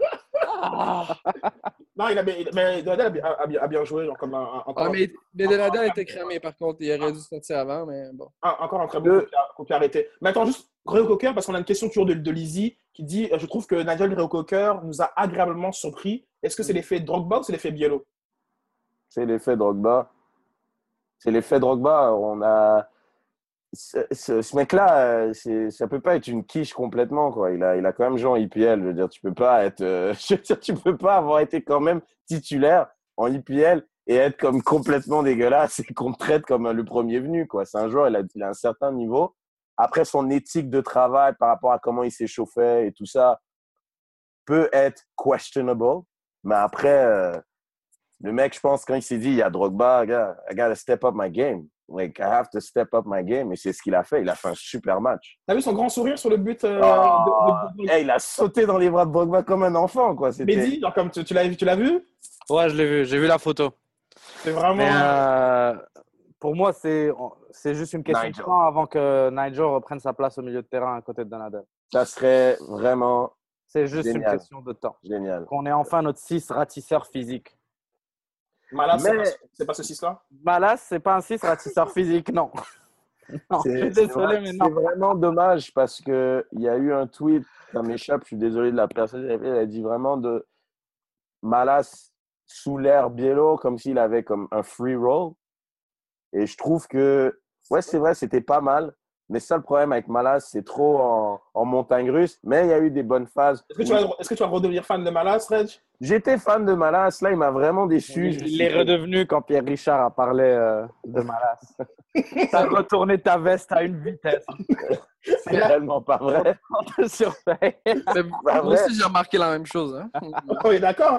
Non, il a bien, il- mais Donadel a bien, a bien- a bien joué. Genre, comme un, un- encore, Ah, mais mais Donadel était cramé, par contre. Il aurait dû sortir avant, mais bon. un, encore un très bon Le- coup qui a- coup qui a arrêté. Mais attends, juste Rio Coker, parce qu'on a une question toujours de, de Lizzie qui dit euh, je trouve que Nigel Rio Coker nous a agréablement surpris. Est-ce que c'est l'effet Drogba ou c'est l'effet Biello? C'est l'effet Drogba. C'est l'effet Drogba. On a ce, ce- ce mec-là, euh, c'est, ça peut pas être une quiche complètement, quoi. Il a, il a quand même joué en I P L. Je veux dire, tu peux pas être, euh, je veux dire, tu peux pas avoir été quand même titulaire en I P L et être comme complètement dégueulasse et qu'on te traite comme le premier venu, quoi. C'est un joueur, il a, il a un certain niveau. Après, son éthique de travail par rapport à comment il s'échauffait et tout ça peut être questionable. Mais après, euh, le mec, je pense, quand il s'est dit, il y a Drogba, gars, I gotta step up my game. Like, I have to step up my game. Et c'est ce qu'il a fait. Il a fait un super match. T'as vu son grand sourire sur le but euh, Oh, de, de- de- hey, il a sauté dans les bras de Drogba comme un enfant, quoi. C'était... Mehdi, genre, comme tu, tu l'as vu, tu l'as vu? Ouais, je l'ai vu, j'ai vu la photo. C'est vraiment. Mais euh, pour moi, c'est c'est juste une question Nigel. de temps avant que Nigel reprenne sa place au milieu de terrain à côté de Donadel. Ça serait vraiment C'est juste Génial. une question de temps. génial. Qu'on ait enfin notre six ratisseur physique. Malas, c'est Mais- pas- c'est pas ce six-là? Malas, c'est pas un six ratisseur physique, non. Non, je C'est suis c'est désolé, vra- mais c'est non. vraiment dommage parce qu'il y a eu un tweet, ça m'échappe, je suis désolé de la personne, elle a dit vraiment de Malas sous l'air Biello comme s'il avait comme un free roll. Et je trouve que, ouais, c'est vrai, c'était pas mal. Mais ça, le problème avec Malas, c'est trop en, en montagne russe. Mais il y a eu des bonnes phases. Est-ce que, où tu vas, est-ce que tu vas redevenir fan de Malas, Reg? J'étais fan de Malas. Là, il m'a vraiment déçu. Je me Il suis l'est dit, redevenu quand Pierre Richard a parlé euh, de Malas. T'as retourné ta veste à une vitesse. c'est réellement pas vrai. On te surveille. Mais Pas moi vrai. aussi, j'ai remarqué la même chose. Hein. On est d'accord?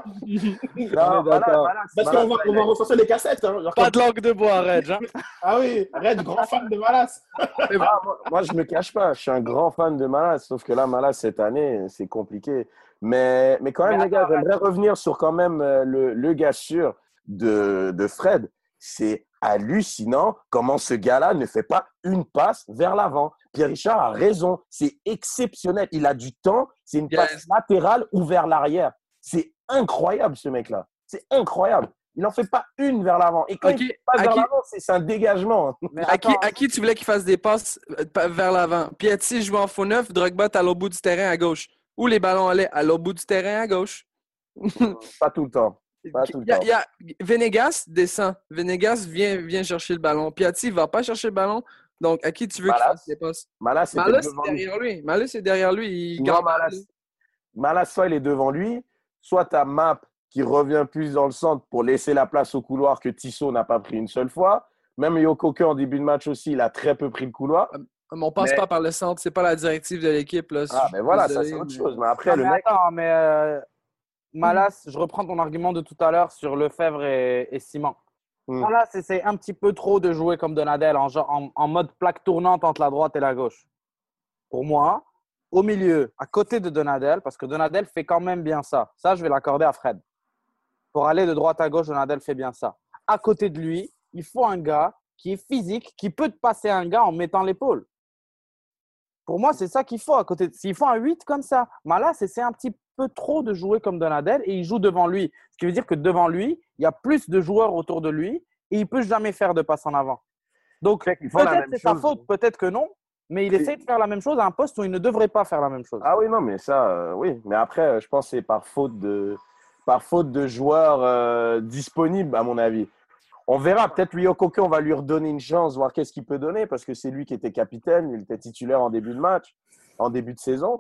Non, Malas, d'accord. Malas, Parce qu'on Malas, va, on va ressortir les cassettes. Hein, genre Pas comme- de langue de bois, Reg. Hein. Ah oui, Reg, grand fan de Malas. Mais bon, Ah, moi, moi, je me cache pas, je suis un grand fan de Malas, sauf que là, Malas, cette année, c'est compliqué. Mais, mais quand même, Mais les gars, attends, j'aimerais revenir sur quand même euh, le, le gars sûr de, de Fred. C'est hallucinant comment ce gars-là ne fait pas une passe vers l'avant. Pierre Richard a raison, c'est exceptionnel. Il a du temps, c'est une Yes. passe latérale ou vers l'arrière. C'est incroyable, ce mec-là. C'est incroyable. Il n'en fait pas une vers l'avant. Et quand Ok, il fait pas à vers qui- l'avant, c'est c'est un dégagement. Mais à, qui, attends, à qui tu voulais qu'il fasse des passes euh, pa- vers l'avant? Piatti jouait en faux neuf, Drogba est à l'autre bout du terrain à gauche. Où les ballons allaient? À l'autre bout du terrain à gauche. Pas tout le temps. Pas tout le Il y a, temps. il y a- Venegas descend. Venegas vient, vient chercher le ballon. Piatti ne va pas chercher le ballon. Donc, à qui tu veux qu'il Malas. fasse des passes? Malas, c'était Malus devant est lui. derrière lui. Malus est derrière lui. Il Non, garde Malas. Malas, soit il est devant lui, soit tu as Map qui revient plus dans le centre pour laisser la place au couloir que Tissot n'a pas pris une seule fois. Même Yokoko, en début de match aussi, il a très peu pris le couloir. Mais on passe Mais- pas par le centre. C'est pas la directive de l'équipe. Là. Ah, Je ben suis voilà, ça désolé, c'est autre mais- chose. Mais après, non, le mais mec, attends, mais euh, Malas, je reprends ton argument de tout à l'heure sur Lefebvre et, et Simon. Hmm. Malas essaie un petit peu trop de jouer comme Donadel en, genre- en, en mode plaque tournante entre la droite et la gauche. Pour moi, au milieu, à côté de Donadel, parce que Donadel fait quand même bien ça. Ça, je vais l'accorder à Fred. Pour aller de droite à gauche, Donadel fait bien ça. À côté de lui, il faut un gars qui est physique, qui peut te passer un gars en mettant l'épaule. Pour moi, c'est ça qu'il faut à côté. S'il faut un huit comme ça, Malas, c'est un petit peu trop de jouer comme Donadel et il joue devant lui. Ce qui veut dire que devant lui, il y a plus de joueurs autour de lui et il ne peut jamais faire de passe en avant. Donc, Ils font la peut-être même c'est sa chose. faute, peut-être que non, mais il Et- essaie de faire la même chose à un poste où il ne devrait pas faire la même chose. ah oui, non, mais ça, euh, oui. Mais après, euh, je pense que c'est par faute de, par faute de joueurs euh, disponibles, à mon avis. On verra. Peut-être lui, Yokoko, on va lui redonner une chance, voir qu'est-ce qu'il peut donner, parce que c'est lui qui était capitaine, il était titulaire en début de match, en début de saison.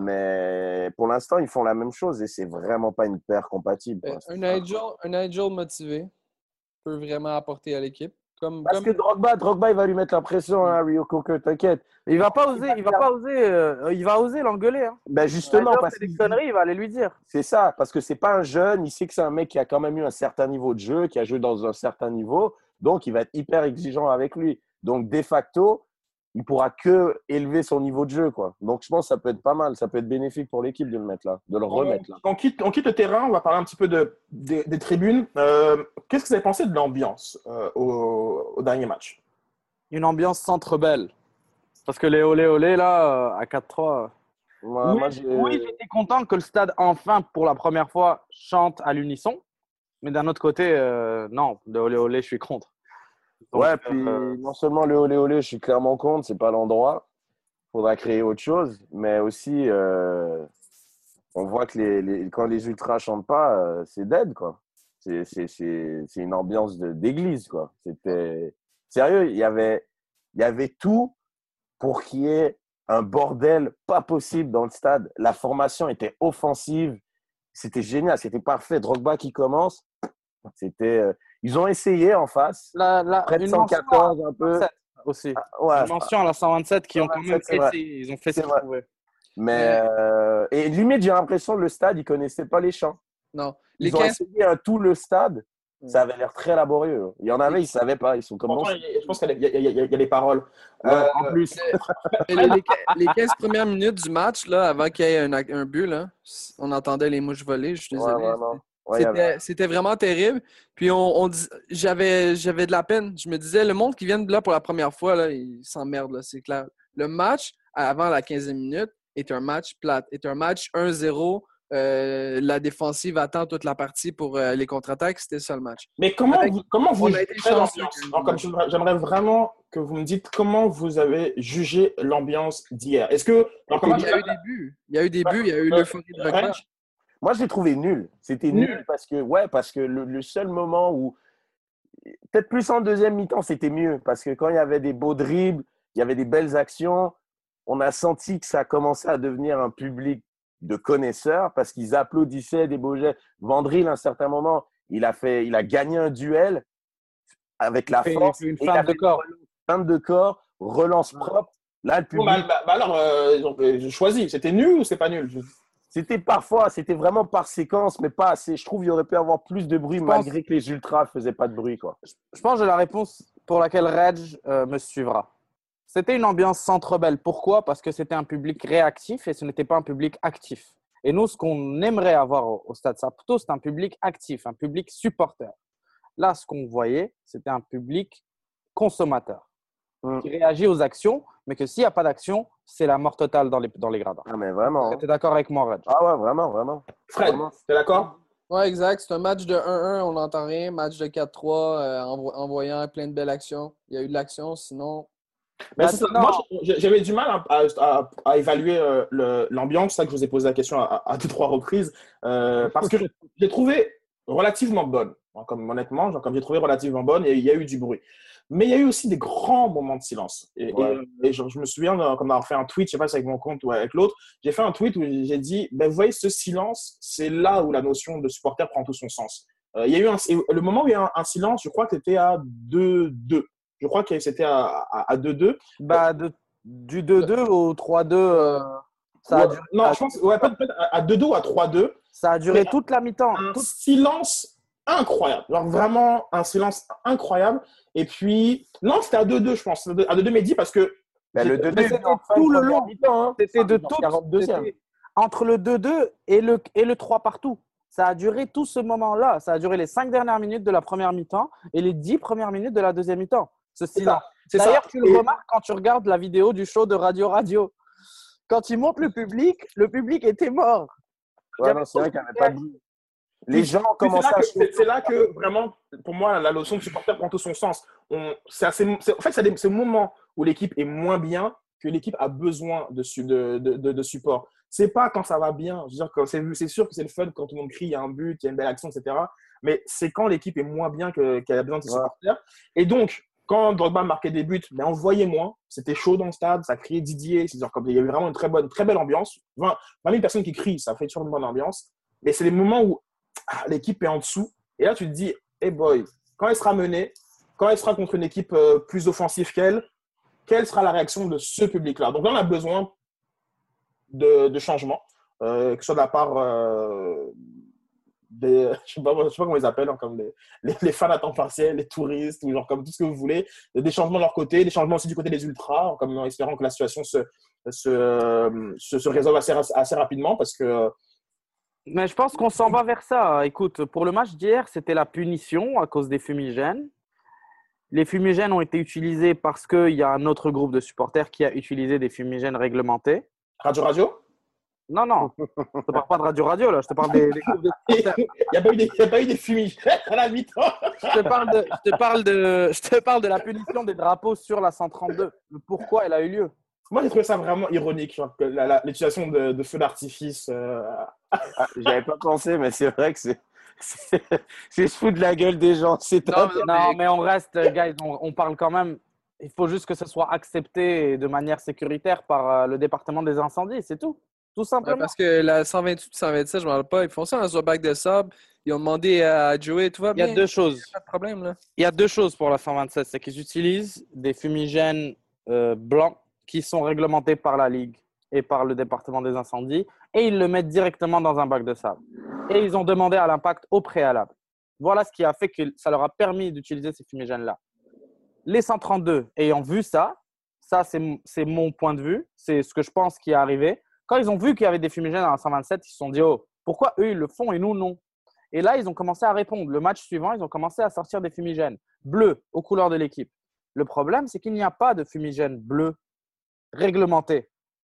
Mais pour l'instant, ils font la même chose et c'est vraiment pas une paire compatible. quoi. Un Nigel, un Nigel motivé peut vraiment apporter à l'équipe. Comme, Parce comme... que Drogba, Drogba, il va lui mettre la pression, hein, Rio Coco, t'inquiète. Il va pas oser, il va pas oser, euh, il va oser l'engueuler. Hein. Ben justement, Nigel parce fait des que conneries, il va aller lui dire. c'est ça, parce que c'est pas un jeune, il sait que c'est un mec qui a quand même eu un certain niveau de jeu, qui a joué dans un certain niveau, donc il va être hyper exigeant avec lui. Donc de facto, il pourra que élever son niveau de jeu, quoi. Donc je pense que ça peut être pas mal, ça peut être bénéfique pour l'équipe de le mettre là, de le remettre là. On quitte, on quitte le terrain, on va parler un petit peu de, des, des tribunes. Euh, Qu'est-ce que vous avez pensé de l'ambiance euh, au, au dernier match? Une ambiance centre belle. Parce que les olé olé là, euh, à quatre trois. Moi, oui, moi, j'ai- oui, j'étais content que le stade, enfin, pour la première fois, chante à l'unisson. Mais d'un autre côté, euh, non, le olé olé, je suis contre. Donc, ouais, puis euh, non seulement le olé olé, je suis clairement contre, c'est pas l'endroit. Il faudra créer autre chose, mais aussi, euh, on voit que les, les- quand les ultras chantent pas, euh, c'est dead, quoi. C'est c'est- c'est- c'est une ambiance de- d'église, quoi. C'était sérieux, il y avait, il y avait tout pour qu'il y ait un bordel pas possible dans le stade. La formation était offensive, c'était génial, c'était parfait. Drogba qui commence, c'était, euh, ils ont essayé en face, la, la, près de une cent mention à quatorze un peu. cent vingt-sept aussi. Ouais, Une mention à la cent vingt-sept qui ont quand même cent vingt-sept, c'est vrai. essayé. Ils ont fait ce C'est qu'ils vrai. pouvaient. mais euh, et limite j'ai l'impression que le stade ils connaissaient pas les chants. Non. Les Ils ont quinze... essayé un tout le stade, ça avait l'air très laborieux. Il y en avait, ils savaient pas, ils sont comme Pourtant, non. il y a- je pense qu'il y, a- il y a- il y a- il y a les paroles. Ouais, Euh, en plus. les, les- les quinze premières minutes du match, là, avant qu'il y ait un, un but, là, on entendait les mouches voler. Je suis Ouais, désolé. vraiment. Ouais, il y C'était, avait- c'était vraiment terrible. Puis on, on dis- j'avais, j'avais de la peine. Je me disais, le monde qui vient de là pour la première fois, là, il s'emmerde, là, c'est clair. Le match, avant la quinzième minute, est un match plate. Est un match un zéro Euh, la défensive attend toute la partie pour euh, les contre-attaques. C'était ça le match. Mais comment Avec- vous, comment vous on a été jugez chanceux l'ambiance? quand même. Alors, comme j'aimerais j'aimerais vraiment que vous me dites comment vous avez jugé l'ambiance d'hier. Est-ce que. Alors, comment Il y a eu des buts. Il y a eu des buts. Il y a eu Euh, l'euphorie de Drogba. Reg, Moi, je l'ai trouvé nul. C'était Nul. nul parce que, ouais, parce que le, le seul moment où, peut-être plus en deuxième mi-temps, c'était mieux. Parce que quand il y avait des beaux dribbles, il y avait des belles actions, on a senti que ça commençait à devenir un public de connaisseurs parce qu'ils applaudissaient des beaux gestes. Vandril, à un certain moment, il a, fait, il a gagné un duel avec la fait- il force. fait une et il a feinte de fait corps. une feinte de corps, relance propre. Là, le bon, public, bah, bah, bah alors, euh, donc, euh, je choisis. C'était nul ou c'est pas nul? Je- c'était parfois, c'était vraiment par séquence, mais pas assez. Je trouve qu'il aurait pu avoir plus de bruit Je pense- malgré que les ultras ne faisaient pas de bruit, quoi. Je pense que j'ai la réponse pour laquelle Reg euh, me suivra. C'était une ambiance centre belle. Pourquoi? Parce que c'était un public réactif et ce n'était pas un public actif. Et nous, ce qu'on aimerait avoir au, au Stade Saputo, c'est un public actif, un public supporter. Là, ce qu'on voyait, c'était un public consommateur Mm. qui réagit aux actions, mais que s'il n'y a pas d'action, c'est la mort totale dans les, dans les gradins. Ah, mais vraiment. hein. Tu es d'accord avec moi, Reg? Ah ouais, vraiment, vraiment. Fred, Vraiment. t'es d'accord? Ouais, exact. C'est un match de un un, on n'entend rien. Match de quatre trois, euh, en, vo- en voyant plein de belles actions. Il y a eu de l'action, sinon. Mais c'est ça. Maintenant- Moi, j'ai- j'avais du mal à, à- à évaluer euh, le- l'ambiance. C'est ça que je vous ai posé la question à, à deux, trois reprises. euh, parce que je l'ai trouvé relativement bonne. Hein, Comme, honnêtement, genre, comme j'ai trouvé relativement bonne, et il y a eu du bruit. Mais il y a eu aussi des grands moments de silence. Et, Ouais. et- et je, je me souviens, euh, comme d'avoir fait un tweet, je sais pas si avec mon compte ou avec l'autre, j'ai fait un tweet où j'ai dit, ben, vous voyez, ce silence, c'est là où la notion de supporter prend tout son sens. Euh, il y a eu un, et le moment où il y a eu un, un silence, je crois que c'était à deux deux. Je crois que c'était à, à, à deux deux. Bah, de- du deux deux au trois deux, euh, ça, a Ouais, duré, non, ça a- je pense ouais, peut-être peut-être à deux deux ou à trois deux. ça a duré Mais- toute la mi-temps. Un Toute- silence incroyable. Genre vraiment un silence incroyable. Et puis, non, c'était à deux deux, je pense. À deux deux, mais dit parce que. Ben, le deux deux, Mais c'était tout le long. Hein. C'était de Genre tout. quarante-deuxième. c'était Entre le deux deux et le, et le trois partout. Ça a duré tout ce moment-là. Ça a duré les cinq dernières minutes de la première mi-temps et les dix premières minutes de la deuxième mi-temps. Ce C'est silence. ça. C'est ça. D'ailleurs, tu le Et- remarques quand tu regardes la vidéo du show de Radio Radio. Quand ils montrent le public, le public était mort. Il y Ouais, avait non, c'est vrai qu'il n'y avait pas de bruit. Les gens Puis c'est commençaient là à que- C'est c'est là que vraiment, pour moi, la notion de supporter prend tout son sens. On, c'est assez- c'est- en fait, c'est des- c'est le moment où l'équipe est moins bien que l'équipe a besoin de, su- de, de, de, de support. C'est pas quand ça va bien. Je veux dire, que c'est c'est sûr que c'est le fun quand tout le monde crie, il y a un but, il y a une belle action, et cetera. Mais c'est quand l'équipe est moins bien que- qu'elle a besoin de ses Ouais. supporters. Et donc, quand Drogba marquait des buts, ben on le voyait moins. C'était chaud dans le stade, ça criait Didier. C'est-à-dire qu'il y avait vraiment une très, bonne, très belle ambiance. vingt, vingt mille personnes qui crient, ça fait toujours une bonne ambiance. Mais c'est les moments où ah, l'équipe est en dessous. Et là, tu te dis, hey boy, quand elle sera menée, quand elle sera contre une équipe euh, plus offensive qu'elle, quelle sera la réaction de ce public-là? Donc là, on a besoin de, de changements, euh, que ce soit de la part euh, des, je sais pas, je sais pas comment ils appellent, hein, comme les, les, les fans à temps partiel, les touristes, ou genre comme tout ce que vous voulez, des changements de leur côté, des changements aussi du côté des ultras, comme en espérant que la situation se, se, euh, se, se résolve assez, assez rapidement, parce que Mais je pense qu'on s'en va vers ça. Écoute, pour le match d'hier, c'était la punition à cause des fumigènes. Les fumigènes ont été utilisés parce qu'il y a un autre groupe de supporters qui a utilisé des fumigènes réglementés. Radio Radio, Non, non, je ne te parle pas de radio-radio, là. Je te parle des, des groupes de il supporters. n'y a pas eu des, il y a pas eu des fumigènes à la mi-temps. Je te parle de, je te parle de, je te parle de la punition des drapeaux sur la cent trente-deux. Le pourquoi elle a eu lieu. Moi, j'ai trouvé ça vraiment ironique, genre, que la- la- l'utilisation de, de feux d'artifice. euh, Ah, j'avais pas pensé, mais c'est vrai que c'est. C'est c'est se foutre de la gueule des gens. C'est Non, un- mais- Non, mais on reste, guys, on, on parle quand même. Il faut juste que ce soit accepté de manière sécuritaire par euh, le département des incendies, c'est tout. Tout Ouais, simplement. parce que la cent vingt-huit cent vingt-sept, je ne me rappelle pas, ils font ça dans un bac de sable. Ils ont demandé à Joey, tout va Il y bien? a deux choses. Pas de problème, là. Il y a deux choses pour la cent vingt-sept. C'est qu'ils utilisent des fumigènes euh, blancs qui sont réglementés par la Ligue et par le département des incendies et ils le mettent directement dans un bac de sable. Et ils ont demandé à l'impact au préalable. Voilà ce qui a fait que ça leur a permis d'utiliser ces fumigènes-là. Les cent trente-deux, ayant vu ça, ça c'est m- c'est mon point de vue, c'est ce que je pense qui est arrivé. Quand ils ont vu qu'il y avait des fumigènes dans la cent vingt-sept, ils se sont dit « Oh, pourquoi eux ils le font et nous non ?» Et là, ils ont commencé à répondre. Le match suivant, ils ont commencé à sortir des fumigènes bleus aux couleurs de l'équipe. Le problème, c'est qu'il n'y a pas de fumigène bleu réglementé.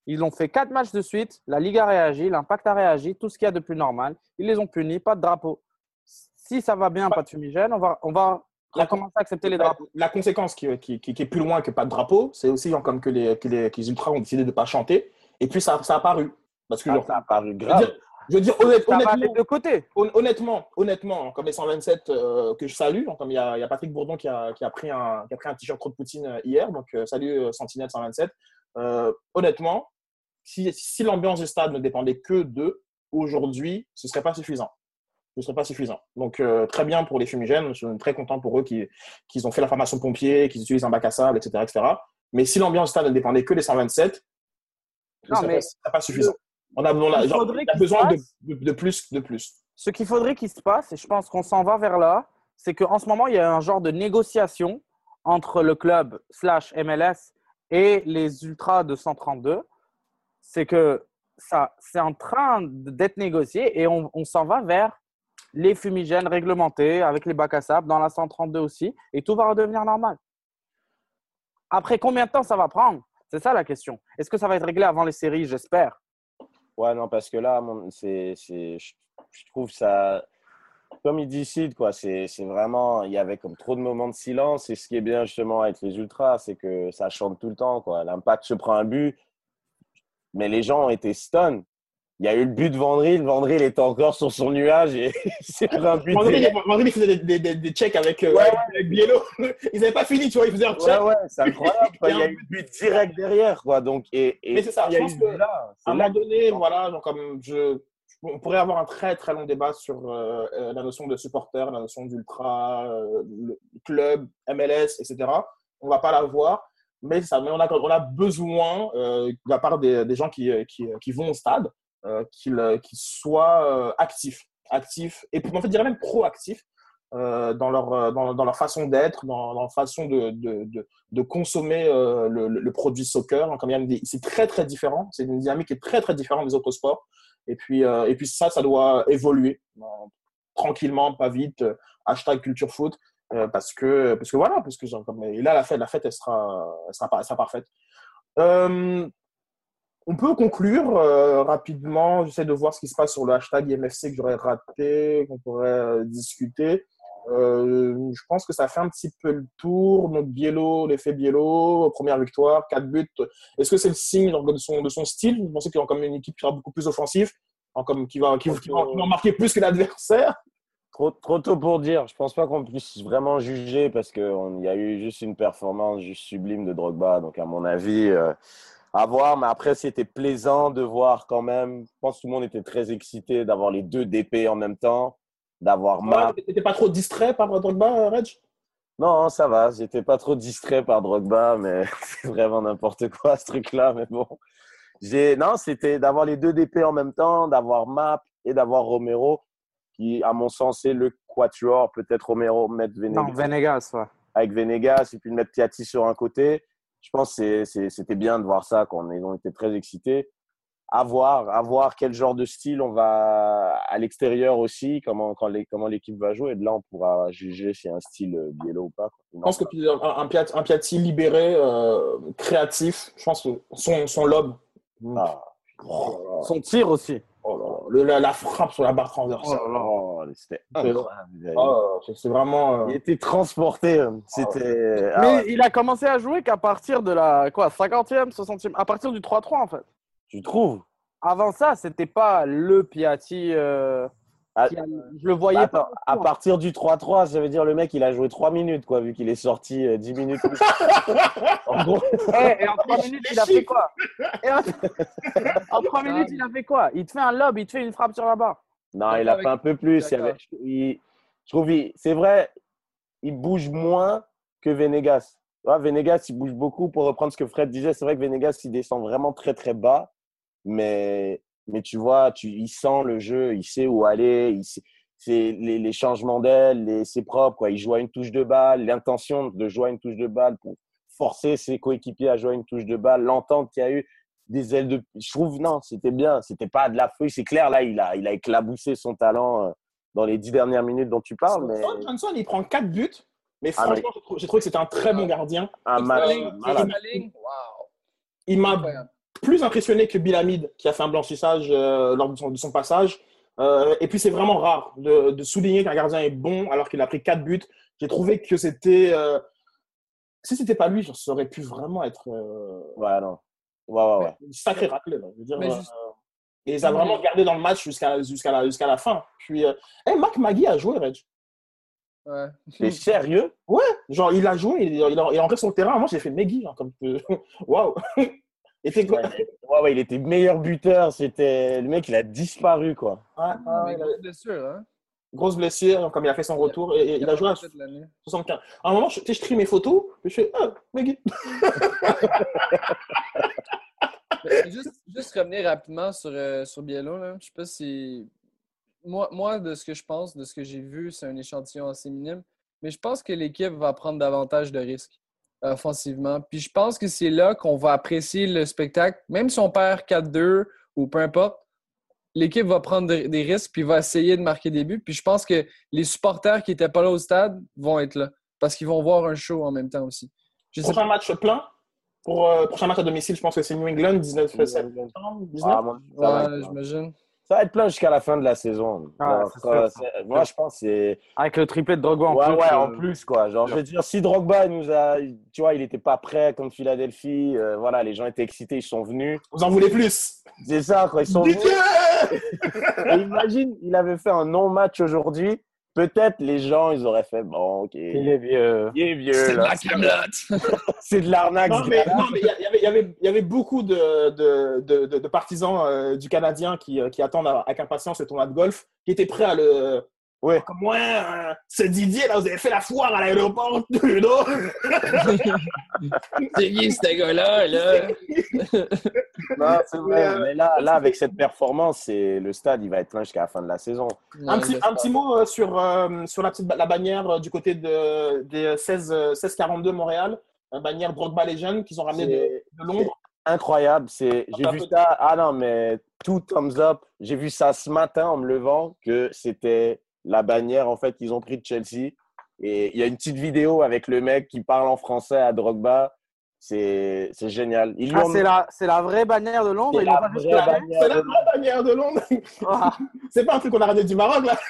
Ils ont fait quatre matchs de suite. La Ligue a réagi, l'Impact a réagi, tout ce qu'il y a de plus normal. Ils les ont punis, pas de drapeau. Si ça va bien, pas de fumigène, on va, on va La- commencer à accepter les La, drapeaux. la conséquence qui, qui, qui, qui est plus loin que pas de drapeau, c'est aussi genre, comme que les, que les, que les ultras ont décidé de ne pas chanter. Et puis ça, ça a apparu. Parce que, Ah, genre, ça a paru je veux grave. dire, je veux dire honnête- Ça va honnêtement, des deux côtés. hon- honnêtement, honnêtement, comme les cent vingt-sept euh, que je salue, hein, comme il y a, il y a Patrick Bourdon qui a, qui a pris un, qui a pris un t-shirt trop de Poutine euh, hier, donc euh, salut euh, Sentinelle cent vingt-sept. Euh, honnêtement, si, si l'ambiance du stade ne dépendait que d'eux, aujourd'hui, ce ne serait pas suffisant. Ce ne serait pas suffisant. Donc, euh, très bien pour les fumigènes. Je suis très content pour eux qui, qu'ils ont fait la formation pompier, qu'ils utilisent un bac à sable, et cetera, et cetera. Mais si l'ambiance du stade ne dépendait que des cent vingt-sept, ce Non, ne serait, mais pas- ce serait pas suffisant. On a, on a, il genre, faudrait il y a qu'il besoin se de, passe- de, de plus, de plus. Ce qu'il faudrait qu'il se passe, et je pense qu'on s'en va vers là, c'est qu'en ce moment, il y a un genre de négociation entre le club slash M L S et les ultras de cent trente-deux. C'est que ça, c'est en train d'être négocié et on, on s'en va vers les fumigènes réglementés avec les bacs à sable dans la cent trente-deux aussi et tout va redevenir normal. Après combien de temps ça va prendre? C'est ça la question. Est-ce que ça va être réglé avant les séries? J'espère. Ouais, non, parce que là, mon- c'est, c'est, je, je trouve ça, comme il dit Sid, quoi, c'est, c'est vraiment, il y avait comme trop de moments de silence. Et ce qui est bien justement avec les ultras, c'est que ça chante tout le temps, quoi. L'Impact se prend un but, mais les gens ont été stun. Il y a eu le but de Vandril. Vandril était encore sur son nuage et c'est pris un but. Vendredi, direct. vendredi, ils faisaient des, des, des, des checks avec, euh, Ouais, avec, avec Biello. Ils n'avaient pas fini, tu vois. Ils faisaient un check. Ouais, ouais, c'est incroyable. quoi. Il y a eu le but direct derrière, quoi. Donc, et, et Mais c'est ça, il y a je pense eu que là, à c'est un là moment donné, voilà, donc comme je, on pourrait avoir un très très long débat sur euh, euh, la notion de supporter, la notion d'ultra, euh, le club, M L S, et cetera. On va pas l'avoir, mais ça, mais on a, on a besoin euh, de la part des, des gens qui, qui, qui vont au stade, euh, qu'ils, qu'ils soient euh, actifs, actifs et en fait, je dirais même proactifs. Euh, dans, leur, dans, dans leur façon d'être, dans, dans leur façon de, de, de, de consommer euh, le, le, le produit soccer. Donc, comme il y a des, c'est très, très différent. C'est une dynamique qui est très, très différente des autres sports. Et puis, euh, et puis ça, ça doit évoluer euh, tranquillement, pas vite. Euh, hashtag culture foot. Euh, parce, que, parce que voilà, parce que genre, comme, et là, la fête, la fête elle, sera, elle, sera, elle sera parfaite. Euh, on peut conclure euh, rapidement. J'essaie de voir ce qui se passe sur le hashtag I M F C que j'aurais raté, qu'on pourrait euh, discuter. Euh, je pense que ça fait un petit peu le tour. Donc, Biello, l'effet Biello, première victoire, quatre buts. Est-ce que c'est le signe de son, de son style? Vous pensez qu'il y a comme une équipe qui sera beaucoup plus offensive, comme, qui, va, qui, qui, va, qui va marquer plus que l'adversaire? Trop, trop tôt pour dire. Je pense pas qu'on puisse vraiment juger parce qu'il y a eu juste une performance juste sublime de Drogba. Donc, à mon avis, euh, à voir. Mais après, c'était plaisant de voir quand même. Je pense que tout le monde était très excité d'avoir les deux D P en même temps, d'avoir Map. Ouais, t'étais pas trop distrait par Drogba, Reg? Non, ça va. J'étais pas trop distrait par Drogba, mais c'est vraiment n'importe quoi ce truc-là. Mais bon, j'ai non, c'était d'avoir les deux D P en même temps, d'avoir Map et d'avoir Romero, qui, à mon sens, est le quatuor. Peut-être Romero mettre Venegas. Non, Venegas, ouais. Avec Venegas et puis de mettre Piatti sur un côté. Je pense que c'est, c'est, c'était bien de voir ça, qu'on on était très excités. À voir, à voir quel genre de style on va à l'extérieur aussi, comment, quand les, comment l'équipe va jouer. Et de là, on pourra juger si c'est un style Biello ou pas. Je pense que un, un, Piatti, un Piatti libéré, euh, créatif, je pense que son, son lob. Ah. Oh, son tir aussi. Oh là là. Le, la, la frappe sur la barre transversale. Oh, oh, c'était incroyable. Oh, c'est vraiment. Euh... Il était transporté. C'était. Ah, mais ouais. Il a commencé à jouer qu'à partir de la quoi, cinquantième, soixantième, à partir du trois trois en fait. Tu trouves? Avant ça, c'était pas le Piatti. Euh... À, a, je le voyais attends, pas. À partir du trois trois, ça veut dire le mec, il a joué trois minutes, quoi, vu qu'il est sorti euh, dix minutes. En gros. Hey, et en trois minutes, il a fait quoi? En trois minutes, il a fait quoi? Il te fait un lob, il te fait une frappe sur la barre. Non, il a fait un peu plus. Il avait, il, je trouve, il, c'est vrai, il bouge moins que Venegas. Ouais, Venegas, il bouge beaucoup. Pour reprendre ce que Fred disait, c'est vrai que Venegas, il descend vraiment très, très bas. Mais, mais tu vois, tu, il sent le jeu, il sait où aller. Il sait, c'est les, les changements d'aile, les, c'est propre, quoi. Il joue à une touche de balle, l'intention de jouer à une touche de balle pour forcer ses coéquipiers à jouer à une touche de balle, l'entente qu'il y a eu, des ailes de… Je trouve, non, c'était bien. C'était pas de la feuille. C'est clair, là, il a, il a éclaboussé son talent euh, dans les dix dernières minutes dont tu parles. Mais… Johnson, il prend quatre buts. Mais franchement, ah, mais… j'ai trouvé que c'était un très bon gardien. Un match. Il m'a plus impressionné que Bilamid, qui a fait un blanchissage euh, lors de son, de son passage. Euh, et puis, c'est vraiment rare de, de souligner qu'un gardien est bon alors qu'il a pris quatre buts. J'ai trouvé que c'était... Euh, si c'était pas lui, ça aurait pu vraiment être euh, Ouais, non. Ouais, ouais, ouais. une sacrée raclée. Là, je veux dire, Mais euh, juste- et ils ont vraiment gardé dans le match jusqu'à jusqu'à la, jusqu'à la fin. Puis, euh, hey, Marc Magui a joué, Reg. Ouais. T'es sérieux? Genre, il a joué, il, il, a- il est rentré sur le terrain. Moi, j'ai fait Megui. Genre, comme... Waouh! Et t'es quoi? Ouais, mais- ouais, ouais, il était meilleur buteur. C'était... Le mec, il a disparu, quoi. Ouais, ouais, Mais il a- grosse blessure, hein? grosse blessure, comme il a fait son retour. Et, et il a joué à toute l'année. soixante-quinze. À un moment, je, tu sais, je trie mes photos. Je fais, ah, Megui. Mais Juste, juste revenir rapidement sur, euh, sur Biello, là. Je sais pas si. Moi, moi, de ce que je pense, de ce que j'ai vu, c'est un échantillon assez minime. Mais je pense que l'équipe va prendre davantage de risques euh, offensivement. Puis je pense que c'est là qu'on va apprécier le spectacle. Même si on perd quatre deux ou peu importe, l'équipe va prendre de- des risques puis va essayer de marquer des buts. Puis je pense que les supporters qui n'étaient pas là au stade vont être là. Parce qu'ils vont voir un show en même temps aussi. Je sais Prochain pas. match plein. Pour euh, prochain match à domicile, je pense que c'est New England, dix-neuf septembre, dix-neuf. Ah, moi, ça, va Ouais, être, j'imagine. ça va être plein jusqu'à la fin de la saison. Ah, Genre, c'est sûr, euh, ça. c'est- moi, je pense que c'est. Avec le triplé de Drogba en Ouais, plus. ouais, euh, en plus, quoi. Genre, je veux dire, si Drogba nous a. Tu vois, il n'était pas prêt contre Philadelphie. euh, voilà, les gens étaient excités, ils sont venus. Vous en voulez plus? C'est ça, quoi. Ils sont venus. Didier! Et imagine, il avait fait un non-match aujourd'hui. Peut-être les gens, ils auraient fait bon, ok. Il est vieux. Il est vieux, C'est de là. la camelote! C'est de l'arnaque. Non, ce mais gars-là. non, mais il y, a- il y avait, il y, avait, il y avait beaucoup de, de, de, de- de partisans euh, du Canadien qui, euh, qui attendent avec impatience le tournoi de golf, qui étaient prêts à le. Ouais. Comme moi, euh, ce Didier, là, vous avez fait la foire à l'aéroport, Trudeau. C'est qui, ce gars-là, là? Non, c'est vrai. Mais, euh, Mais là, là, avec cette performance, c'est le stade, il va être plein jusqu'à la fin de la saison. Un petit, un petit mot euh, sur, euh, sur la, petite, ba- la bannière euh, du côté de, des seize quarante-deux Montréal, la bannière Drogba Legend qu'ils ont ramené de, de Londres. Incroyable. C'est, j'ai Un vu peu- ça. Ah non, mais tout thumbs up. J'ai vu ça ce matin en me levant que c'était la bannière en fait qu'ils ont pris de Chelsea. Et il y a une petite vidéo avec le mec qui parle en français à Drogba. C'est, c'est génial. Ils lui Ah, ont- c'est la, c'est la vraie bannière de Londres. c'est Ils l'ont la pas juste vraie claqué. bannière C'est de- la vraie bannière de Londres. Ah. C'est pas un truc qu'on a ramené du Maroc, là.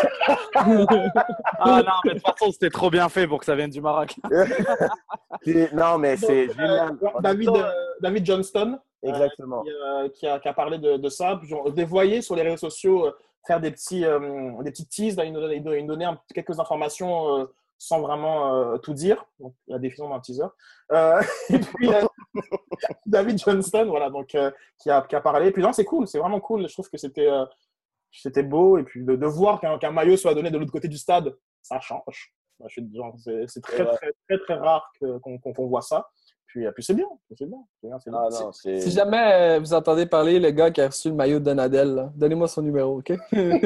Ah non, mais de toute façon, c'était trop bien fait pour que ça vienne du Maroc. C'est- Non, mais c'est Donc, génial. euh, David, euh, David Johnston, Exactement. qui, euh, qui a, qui a parlé de, de ça. Puis, on les voyait sur les réseaux sociaux euh, faire des petits, euh, des petits teases. Là, il nous donnait, il nous donnait un- quelques informations euh, sans vraiment euh, tout dire. Donc, la définition d'un teaser. Euh, et puis, euh, David Johnston, voilà, donc, euh, qui, a, qui a parlé. Et puis, non, c'est cool, c'est vraiment cool. Je trouve que c'était, euh, c'était beau. Et puis, de, de voir qu'un, qu'un maillot soit donné de l'autre côté du stade, ça change. Moi, je suis, genre, c'est, c'est très, Ouais. très, très, très rare que, qu'on, qu'on, qu'on voit ça. Puis, euh, puis c'est bien, c'est bien. C'est bien, c'est bien. Ah non, c'est. Si jamais euh, vous entendez parler le gars qui a reçu le maillot de Donadel, là, donnez-moi son numéro, OK?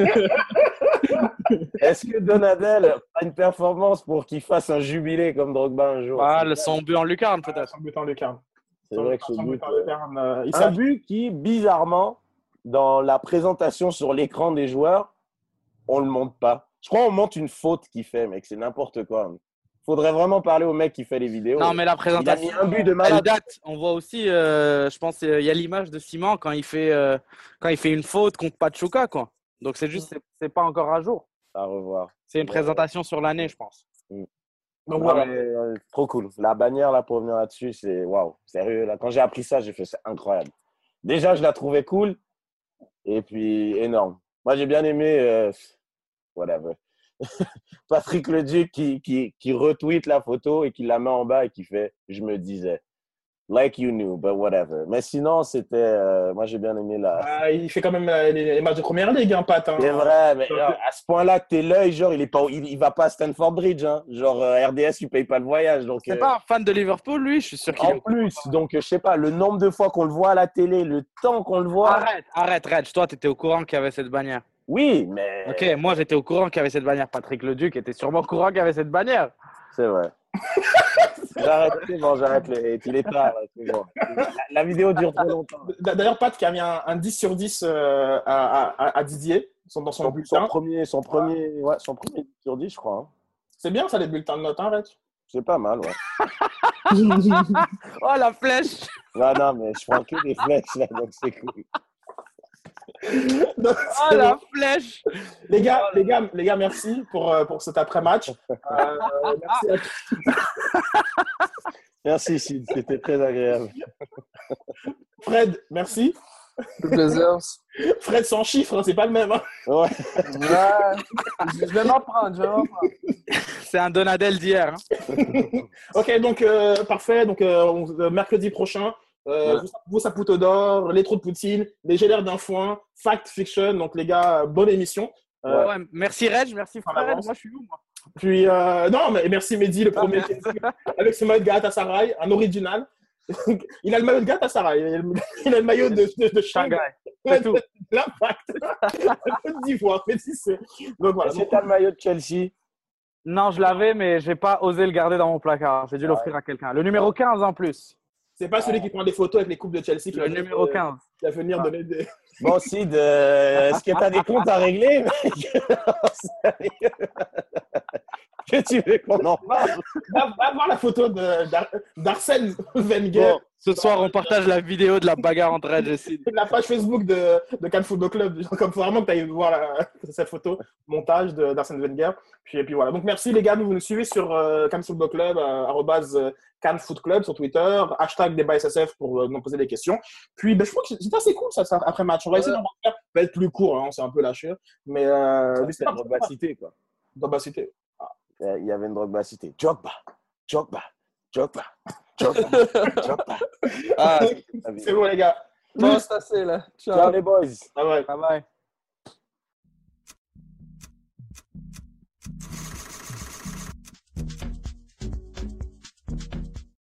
Est-ce que Donadel a une performance pour qu'il fasse un jubilé comme Drogba un jour? Ah, le son but en lucarne, Ah, peut-être. son but en lucarne. C'est Son- vrai que ce son but, but en euh, lucarne, euh, il un s'est- but qui, bizarrement, dans la présentation sur l'écran des joueurs, on le montre pas. Je crois qu'on montre une faute qu'il fait, mec. C'est n'importe quoi. Faudrait vraiment parler au mec qui fait les vidéos. Non, mais la Il a présentation, mis un but de elle malade. date. On voit aussi, euh, je pense, euh, il y a l'image de Simon quand il fait, euh, quand il fait une faute contre Pachuca, quoi. Donc c'est juste, C'est- C'est pas encore à jour. À revoir. c'est une présentation sur l'année, je pense. Donc Non, voilà. mais, euh, trop cool. La bannière, là, pour revenir là-dessus, c'est waouh. Sérieux, là, quand j'ai appris ça, j'ai fait c'est incroyable. Déjà, je la trouvais cool. Et puis, énorme. Moi, j'ai bien aimé. euh, whatever. Patrick Leduc qui, qui, qui retweet la photo et qui la met en bas et qui fait je me disais. Like you knew, but whatever. Mais sinon, c'était. euh, moi, j'ai bien aimé la. Ah, il fait quand même euh, les, les matchs de première ligue, hein, Pat. Hein. C'est vrai, mais genre, à ce point-là, t'es l'œil, genre, il est pas, il, il va pas à Stanford Bridge, hein. Genre, euh, R D S, tu payes pas le voyage. Donc, C'est euh, pas un fan de Liverpool, lui. Je suis sûr qu'il en est. plus, donc, euh, je sais pas, le nombre de fois qu'on le voit à la télé, le temps qu'on le voit. Arrête, arrête, Reg. Toi, t'étais au courant qu'il y avait cette bannière. Oui, mais. Ok, moi, j'étais au courant qu'il y avait cette bannière. Patrick Leduc était sûrement au courant qu'il y avait cette bannière. C'est vrai. J'arrête, c'est bon, j'arrête le hate. Il est tard, là, c'est bon. La, la vidéo dure trop longtemps. D'ailleurs, Pat qui a mis un, un dix sur dix euh, à, à, à Didier son- dans son, Son, bulletin. son premier, son premier, ouais, son premier dix sur dix, je crois. Hein. C'est bien ça, les bulletins de notes, hein, Reg? C'est pas mal, ouais. Oh, la flèche. Non, non, mais je prends que des flèches, là, donc c'est cool. Donc, Ah, c'est la bon. flèche! Les gars, les gars, les gars, merci pour, euh, pour cet après-match. Euh, merci à tous. Merci, Sid, c'était très agréable. Fred, merci. Le plaisir. Fred sans chiffres, hein, c'est pas le même. Hein. Ouais. Ouais. Je je vais m'en prendre, je vais m'en prendre. C'est un Donadel d'hier. Hein. Ok, donc euh, parfait. Donc euh, on- euh, mercredi prochain, euh, Ouais. vous, vous Saputo d'or, les trous de Poutine, les gélères d'un foin, Fact Fiction. Donc les gars, euh, bonne émission. Euh, Ouais, merci Reg, merci En Fred. avance. Moi, je suis où, moi? Puis euh, non, mais merci Mehdi, le premier qui avec ce maillot de Galatasaray, un original. Il a le maillot de Galatasaray, il a le, il a le maillot de, de, de Shanghai. Shanghai. C'est tout. L'impact. Côte d'Ivoire, mais si c'est. Donc voilà. Est-ce que Donc, tu as le maillot de Chelsea? Non, je l'avais, mais j'ai pas osé le garder dans mon placard. J'ai dû l'offrir à quelqu'un. Le numéro quinze en plus. c'est pas celui qui prend des photos avec les coupes de Chelsea qui Le va, numéro euh, quinze. qui va venir donner des. Bon, Sid, euh, est-ce que tu as des comptes à régler, mec? Sérieux? Que tu veux qu'on en parle? Va, va voir la photo de- d'Ar- d'Arsène Wenger. Bon, ce soir, on partage la vidéo de la bagarre entre Reg et Sid. La page Facebook de, de Cannes Football Club. Comme faut vraiment que tu ailles voir la- cette photo, montage de- d'Arsène Wenger. Puis, et puis voilà. Donc merci les gars, vous nous suivez sur euh, Cannes Football Club, euh, arobase, euh, Cannes Foot Club sur Twitter, hashtag débat S S F pour euh, nous poser des questions. Puis ben, je trouve que c'est assez cool ça, ça après match. On va essayer d'en faire, ça va être plus court, hein, on s'est un peu lâché. Mais euh, mais C'est une Drogba cité, quoi. Drogba cité. Il y avait une Drogba cité. Drogba, Drogba, Drogba, Drogba, Drogba. Ah, C'est bon les gars. bon, c'est assez, là. Ciao Ciao. les boys. Bye bye. Bye bye.